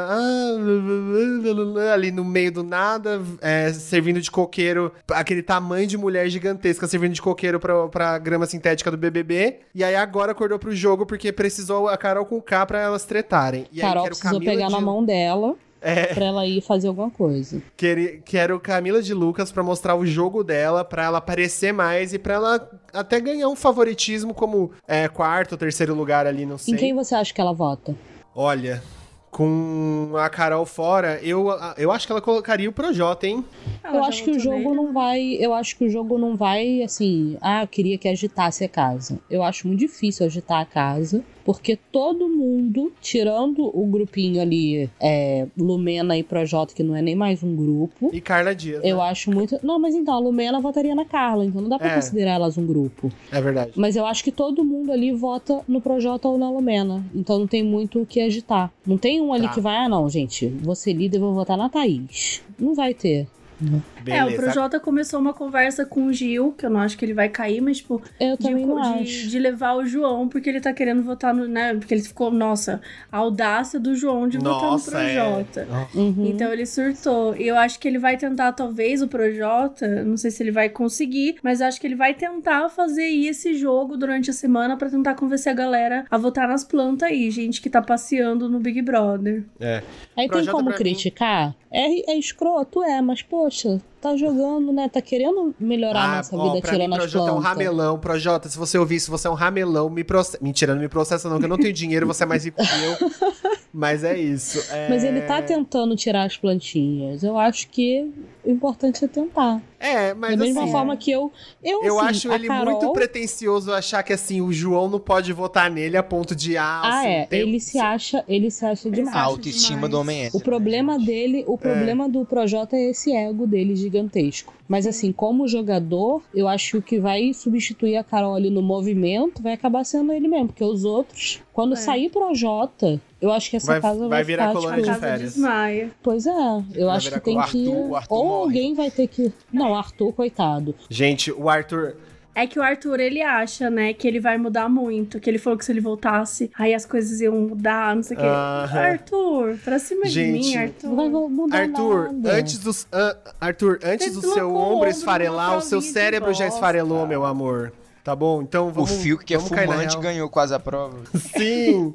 ah, ali no meio do nada, é, servindo de coqueiro, aquele tamanho de mulher gigantesca servindo de coqueiro pra, pra grama sintética do B B B, e aí agora acordou pro jogo porque precisou a Carol com K pra elas tretarem. E Carol aí, quero precisou Camila pegar de... na mão dela. É. Pra ela ir fazer alguma coisa. Quero, quero Camila de Lucas pra mostrar o jogo dela, pra ela aparecer mais e pra ela até ganhar um favoritismo como é, quarto ou terceiro lugar ali, não sei. Em quem você acha que ela vota? Olha, com a Carol fora, eu, eu acho que ela colocaria o Projota, hein? Eu acho que o jogo não vai... Eu acho que o jogo não vai, assim... Ah, eu queria que agitasse a casa. Eu acho muito difícil agitar a casa, porque todo mundo, tirando o grupinho ali, é, Lumena e Projota, que não é nem mais um grupo... E Carla Dias, Eu né? acho muito... Não, mas então, a Lumena votaria na Carla, então não dá pra É. considerar elas um grupo. É verdade. Mas eu acho que todo mundo ali vota no Projota ou na Lumena, então não tem muito o que agitar. Não tem um ali Tá. que vai, ah não, gente, vou ser líder e vou votar na Thaís. Não vai ter. É, o Projota começou uma conversa com o Gil, que eu não acho que ele vai cair, mas, tipo, eu de, também não de, acho. de levar o João, porque ele tá querendo votar no, né, porque ele ficou, nossa, a audácia do João de Nossa, votar no Projota. É. Uhum. Então ele surtou. E eu acho que ele vai tentar, talvez, o Projota, não sei se ele vai conseguir, mas eu acho que ele vai tentar fazer aí esse jogo durante a semana pra tentar convencer a galera a votar nas plantas aí, gente que tá passeando no Big Brother. É. Aí tem como criticar? É, é escroto, é, mas poxa, tá jogando, né? Tá querendo melhorar Ah, a nossa ó, vida pra tirando mim, as Projota é um plantas. ramelão. Projota, se você ouvir isso, você é um ramelão. Me processa. Mentira, não me processa não, que eu não tenho dinheiro, você é mais rico que eu. Mas é isso. É... Mas ele tá tentando tirar as plantinhas. Eu acho que o importante é tentar. É, mas Da mesma assim, forma que eu... Eu, Eu assim, acho a ele Carol... muito pretencioso achar que, assim, o João não pode votar nele a ponto de... Ah, Ah, assim, é. tem- Ele se acha, ele se acha demais. A autoestima do homem hétero. O problema dele, o problema do Projota é esse ego dele gigantesco. Mas assim, como jogador, eu acho que o que vai substituir a Carol ali no movimento vai acabar sendo ele mesmo, porque os outros, quando É. sair Projota, eu acho que essa Vai- casa vai, vai virar ficar, colônia tipo, de férias. Desmaia. Pois é, eu Vai acho virar que tem o que Arthur- o Arthur ou morre. alguém vai ter que, não, o Arthur coitado. Gente, o Arthur... É que o Arthur, ele acha, né, que ele vai mudar muito. Que ele falou que se ele voltasse, aí as coisas iam mudar, não sei o quê. Aham. Arthur, pra cima Gente, de mim, Arthur. Não vai mudar Arthur, nada. antes do, ah, Arthur, antes do Deslocou seu o ombro ombro esfarelar, numa o seu provinha de cérebro já bosta. esfarelou, meu amor. Tá bom? Então O vamos... Fiuk, que é vamos cair na fumante, real. ganhou quase a prova. Sim!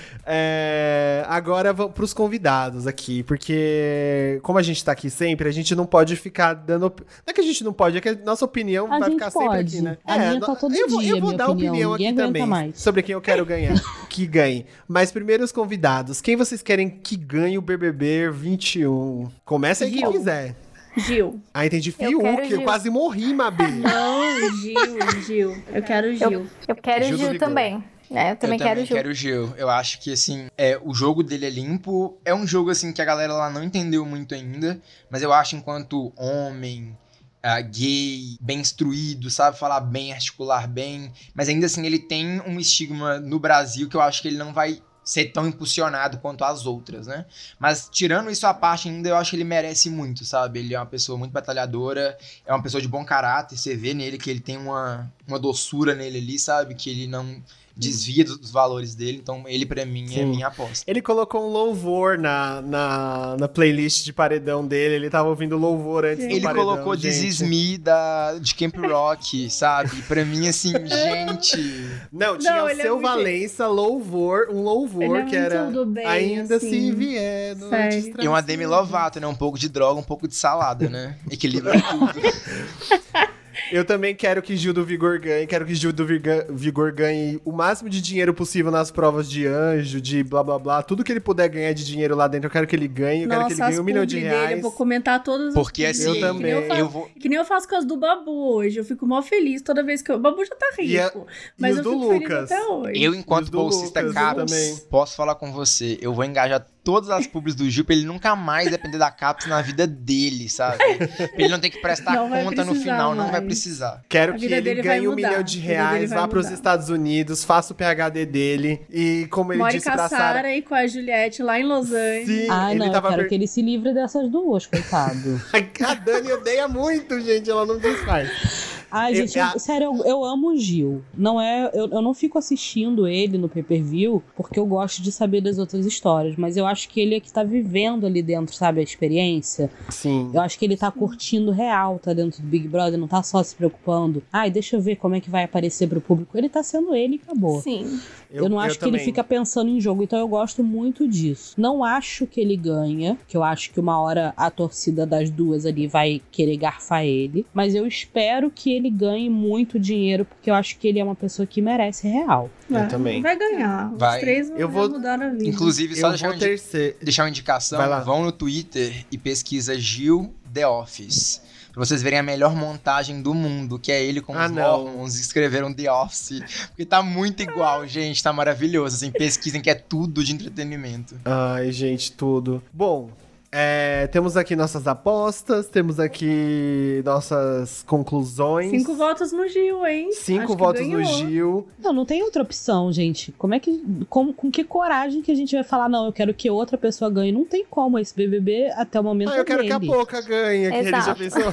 É, agora vamos pros convidados aqui, porque como a gente tá aqui sempre, a gente não pode ficar dando... op- Não é que a gente não pode, é que a nossa opinião A vai gente ficar sempre pode. aqui, né? A É, minha no- tá todo eu vou, dia, eu vou minha dar opinião. opinião Ninguém aqui aguenta também mais. sobre quem eu quero ganhar, que ganhe. Mas primeiro os convidados, quem vocês querem que ganhe o B B B vinte e um? Começa aí quem Gil. quiser. Gil. Ah, entendi. Eu Fiuk, quero eu Gil. quase morri, Mabê. Não, Gil, Gil. Eu quero Gil. Eu, eu quero Gil o do Gil Vigor. também. É, eu também eu quero também o Gil. quero o Gil. Eu acho que, assim, é, o jogo dele é limpo. É um jogo, assim, que a galera lá não entendeu muito ainda. Mas eu acho, enquanto homem, ah, gay, bem instruído, sabe falar bem, articular bem. Mas ainda assim, ele tem um estigma no Brasil que eu acho que ele não vai ser tão impulsionado quanto as outras, né? Mas, tirando isso à parte ainda, eu acho que ele merece muito, sabe? Ele é uma pessoa muito batalhadora, é uma pessoa de bom caráter. Você vê nele que ele tem uma, uma doçura nele ali, sabe? Que ele não desvia dos, dos valores dele. Então, ele, pra mim, é Sim. minha aposta. Ele colocou um louvor na, na, na playlist de paredão dele. Ele tava ouvindo louvor antes do Ele paredão, colocou gente. This Is Me da, de Camp Rock, sabe? Pra mim, assim, gente... Não, tinha Não, o ele é seu muito- Valença, louvor, um louvor Ele é que muito era do bem, ainda assim. se vier. noite Sério. estranha. E uma Demi Lovato, né? Um pouco de droga, um pouco de salada, né? Equilibra tudo. Eu também quero que Gil do Vigor ganhe, quero que Gil do Virga- Vigor ganhe o máximo de dinheiro possível nas provas de anjo, de blá blá blá. Tudo que ele puder ganhar de dinheiro lá dentro, eu quero que ele ganhe. Eu quero que ele Nossa, ganhe as um milhão de publi dele, reais. eu vou comentar todas as Porque, publi assim, dele, eu que nem também. faço- eu vou- Que nem eu faço com as do Babu hoje. Eu fico mó feliz toda vez que eu... O Babu já tá rico, E a- mas e eu os do fico feliz Lucas? até hoje. Eu, Os enquanto do bolsista Lucas, eu CAPES, também. posso falar com você. Eu vou engajar todas as pubs do Gil pra ele nunca mais depender da CAPES na vida dele, sabe? Pra ele não ter que prestar Não vai conta no precisar final, não vai mais. precisar. Quero A que vida ele dele vai ganhe um mudar. milhão de A vida dele reais, vai vá pros mudar. Estados Unidos, faça o P H D dele. E como ele Mora disse com pra a Sarah... Sara e com a Juliette lá em Los Angeles. Sim, Ai, ele não, eu tava... quero per- que ele se livre dessas duas, coitado. A Dani odeia muito, gente, ela não desfaz. Ai, Eu- gente, eu- a- sério, eu, eu amo o Gil. Não é, eu, eu não fico assistindo ele no pay-per-view porque eu gosto de saber das outras histórias, mas eu acho que ele é que tá vivendo ali dentro, sabe, a experiência. Sim. Eu acho que ele tá curtindo real, tá dentro do Big Brother, não tá só se preocupando. Ai, deixa eu ver como é que vai aparecer pro público. Ele tá sendo ele e acabou. Sim. Eu, não acho que ele também. fica pensando em jogo, então eu gosto muito disso. Não acho que ele ganha, que eu acho que uma hora a torcida das duas ali vai querer garfar ele, mas eu espero que ele ganhe muito dinheiro, porque eu acho que ele é uma pessoa que merece real. Eu Vai- também. Vai ganhar. Vai. Os três Eu vão vou- mudar a vida. Inclusive, só Eu deixar, vou uma indi- terceiro. deixar uma indicação, Vai lá. vão no Twitter e pesquisa Gil The Office. Pra vocês verem a melhor montagem do mundo, que é ele com Ah, os não. Mormons que escreveram The Office. Porque tá muito igual, gente, tá maravilhoso. Assim, pesquisem que é tudo de entretenimento. Ai, gente, tudo. Bom, é, temos aqui nossas apostas, temos aqui nossas conclusões. Cinco votos no Gil, hein? Cinco Acho que votos no ganhou. Gil. Não, não tem outra opção, gente. Como é que. Com, com que coragem que a gente vai falar, não, eu quero que outra pessoa ganhe? Não tem como. Esse B B B até o momento Ah, eu é quero dele. que a Poca ganhe, que ele já Exato. pensou.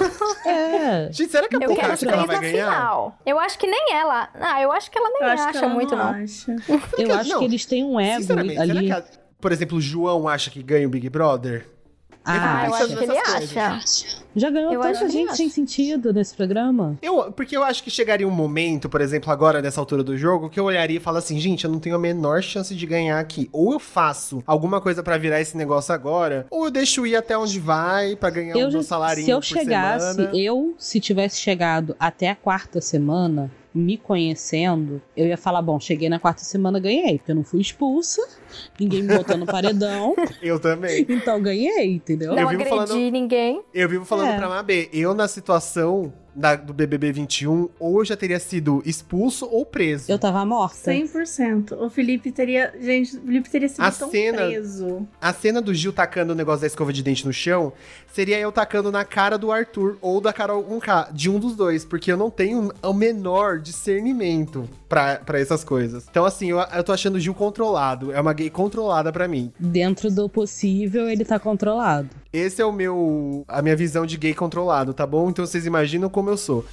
É. Gente, será que a Eu Poca quero acha os que ela três vai na ganhar? final. Eu acho que nem ela. Ah, eu acho que ela nem Eu acho acha que ela muito, não. não. Acha. Eu acho Não, que eles têm um ego Sinceramente, será ali. que, a- por exemplo, o João acha que ganha o Big Brother? Ah, eu acho que ele acha. Já ganhou Eu tanta acho que gente acho. sem sentido nesse programa. Eu, porque eu acho que chegaria um momento, por exemplo, agora nessa altura do jogo, que eu olharia e falaria assim, gente, eu não tenho a menor chance de ganhar aqui. Ou eu faço alguma coisa pra virar esse negócio agora, ou eu deixo ir até onde vai pra ganhar Eu um já- meu salarinho se eu por chegasse, semana. eu, se tivesse chegado até a quarta semana, me conhecendo, eu ia falar, bom, cheguei na quarta semana, ganhei, porque eu não fui expulsa, ninguém me botou no paredão. Eu também. Então ganhei, entendeu? Não Eu vivo agredi falando- ninguém. Eu vivo falando É. pra Mabê, eu na situação da- do B B B vinte e um, ou eu já teria sido expulso ou preso. Eu tava morta. cem por cento. O Felipe teria... Gente, o Felipe teria sido A tão cena- preso. A cena do Gil tacando o negócio da escova de dente no chão seria eu tacando na cara do Arthur ou da Carol Conká, de um dos dois, porque eu não tenho o menor discernimento pra, pra essas coisas. Então, assim, eu, eu tô achando o Gil controlado. É uma gay controlada pra mim. Dentro do possível, ele tá controlado. Esse é o meu... a minha visão de gay controlado, tá bom? Então vocês imaginam como eu sou.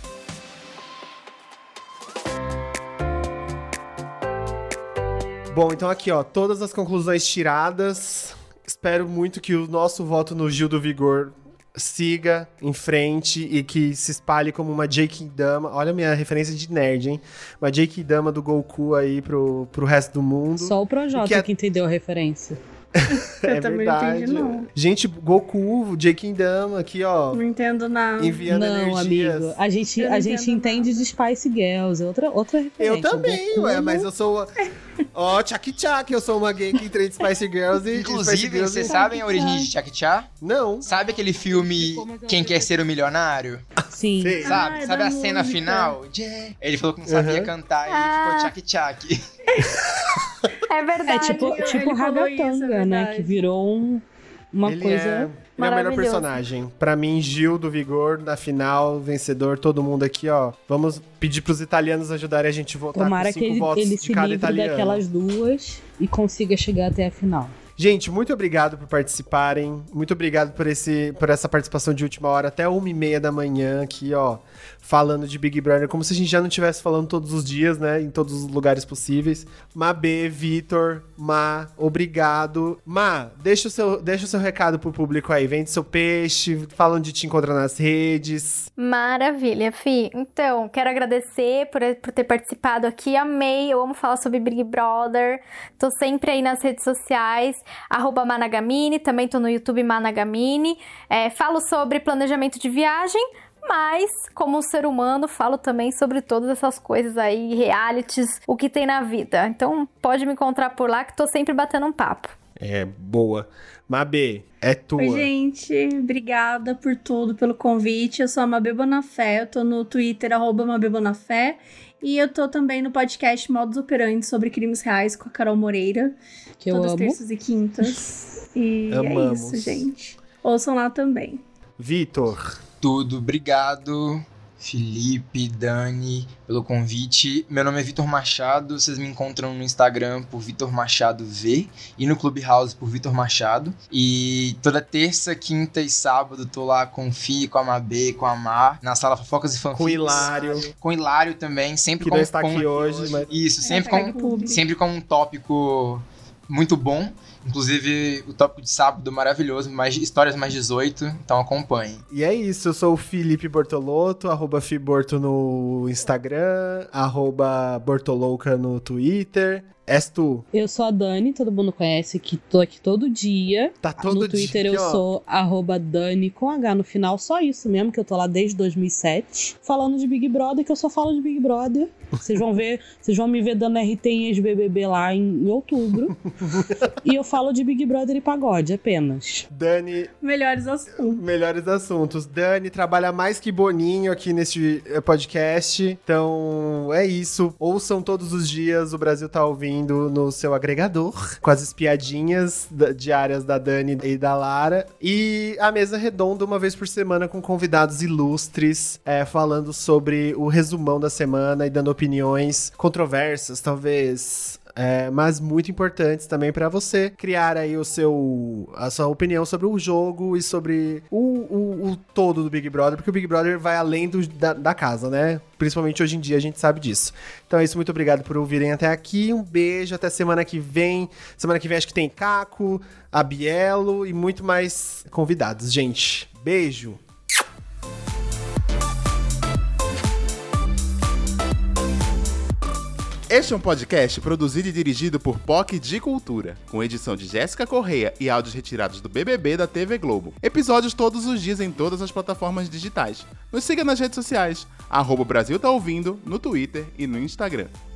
Bom, então aqui, ó, todas as conclusões tiradas. Espero muito que o nosso voto no Gil do Vigor siga em frente e que se espalhe como uma Jake Dama. Olha a minha referência de nerd, hein? Uma Jake Dama do Goku aí pro, pro resto do mundo. Só o Projota que que, é- entendeu a referência. É Eu também verdade. não entendi, não. Gente, Goku, Jake Dama aqui, ó. Não entendo nada. Enviando Não, energias. amigo. A gente, Eu não a gente entendo entende de Spice Girls. É outra, outra referência. Eu também, Goku ué, não- mas eu sou... Ó, Tchak Tchak, eu sou uma gay que entrei de Spice Girls e... Spice Inclusive, Girls vocês e- sabem a origem de Chak Chá? Não. Sabe aquele filme Quem Quer Ser o Milionário? Sim. Sei. Sabe? Ah, é Sabe da a cena música. final? Yeah. Ele falou que não sabia Uhum. cantar e Ah. ficou Chak Chak. É É verdade. tipo, Ele tipo falou isso, é Ragatanga, né? verdade. Que virou um- uma Ele coisa... é, ele é o melhor maravilhoso. personagem. Pra mim, Gil do Vigor, na final, vencedor, todo mundo aqui, ó. Vamos pedir pros italianos ajudarem a gente a votar Tomara com que cinco ele, votos ele de se cada livre italiano. daquelas duas e consiga chegar até a final. Gente, muito obrigado por participarem. Muito obrigado por, esse, por essa participação de última hora, até uma e meia da manhã aqui, ó. Falando de Big Brother, como se a gente já não estivesse falando todos os dias, né? Em todos os lugares possíveis. Mabê, Vitor, Ma, obrigado. Ma, deixa o seu, deixa o seu recado pro público aí. Vende seu peixe, fala onde te encontrar nas redes. Maravilha, Fi. Então, quero agradecer por, por ter participado aqui. Amei, eu amo falar sobre Big Brother. Tô sempre aí nas redes sociais, arroba Managamini, também tô no YouTube Managamini. É, falo sobre planejamento de viagem, mas, como ser humano, falo também sobre todas essas coisas aí, realities, o que tem na vida. Então, pode me encontrar por lá que tô sempre batendo um papo. É, boa. Mabê, é tua. Oi, gente. Obrigada por tudo, pelo convite. Eu sou a Mabê Bonafé, eu tô no Twitter, arroba Mabê Bonafé. E eu tô também no podcast Modus Operandi sobre crimes reais com a Carol Moreira. Que eu todas amo. terças e quintas. E Amamos. é isso, gente. Ouçam lá também. Vitor. Tudo, obrigado, Felipe, Dani, pelo convite. Meu nome é Vitor Machado, vocês me encontram no Instagram por Vitor Machado V e no Clubhouse por Vitor Machado. E toda terça, quinta e sábado tô lá com o Fi, com a Mabê, com a Mar, na sala Fofocas e Fanfics. Com o Hilário. Com o Hilário também, sempre Que com... não está com- aqui hoje, mas... Isso, sempre, tá aqui com, público. sempre com um tópico muito bom. Inclusive, o tópico de sábado maravilhoso, mais, histórias mais dezoito, então acompanhem. E é isso, eu sou o Felipe Bortolotto, arroba Fiborto no Instagram, arroba Bortolouca no Twitter. És tu. Eu sou a Dani, todo mundo conhece, que tô aqui todo dia. Tá todo No Twitter dia, eu ó. sou arroba Dani com H no final, só isso mesmo, que eu tô lá desde dois mil e sete. Falando de Big Brother, que eu só falo de Big Brother. Vocês vão ver, vocês vão me ver dando R T em ex-B B B lá em, em outubro. E eu falo de Big Brother e pagode apenas. Dani, Melhores assuntos. melhores assuntos. Dani trabalha mais que Boninho aqui neste eh, podcast. Então, é isso. Ouçam todos os dias, o Brasil tá ouvindo no seu agregador, com as espiadinhas da- diárias da Dani e da Lara. E a mesa redonda uma vez por semana com convidados ilustres, eh, falando sobre o resumão da semana e dando opiniões controversas, talvez é, mas muito importantes também pra você criar aí o seu, a sua opinião sobre o jogo e sobre o, o, o todo do Big Brother, porque o Big Brother vai além do, da, da casa, né? Principalmente hoje em dia a gente sabe disso. Então é isso, muito obrigado por ouvirem até aqui, um beijo, até semana que vem. Semana que vem acho que tem Caco, a Bielo e muito mais convidados, gente. Beijo! Este é um podcast produzido e dirigido por P O C de Cultura, com edição de Jéssica Correia e áudios retirados do B B B da T V Globo. Episódios todos os dias em todas as plataformas digitais. Nos siga nas redes sociais, arroba Brasil Tá Ouvindo, no Twitter e no Instagram.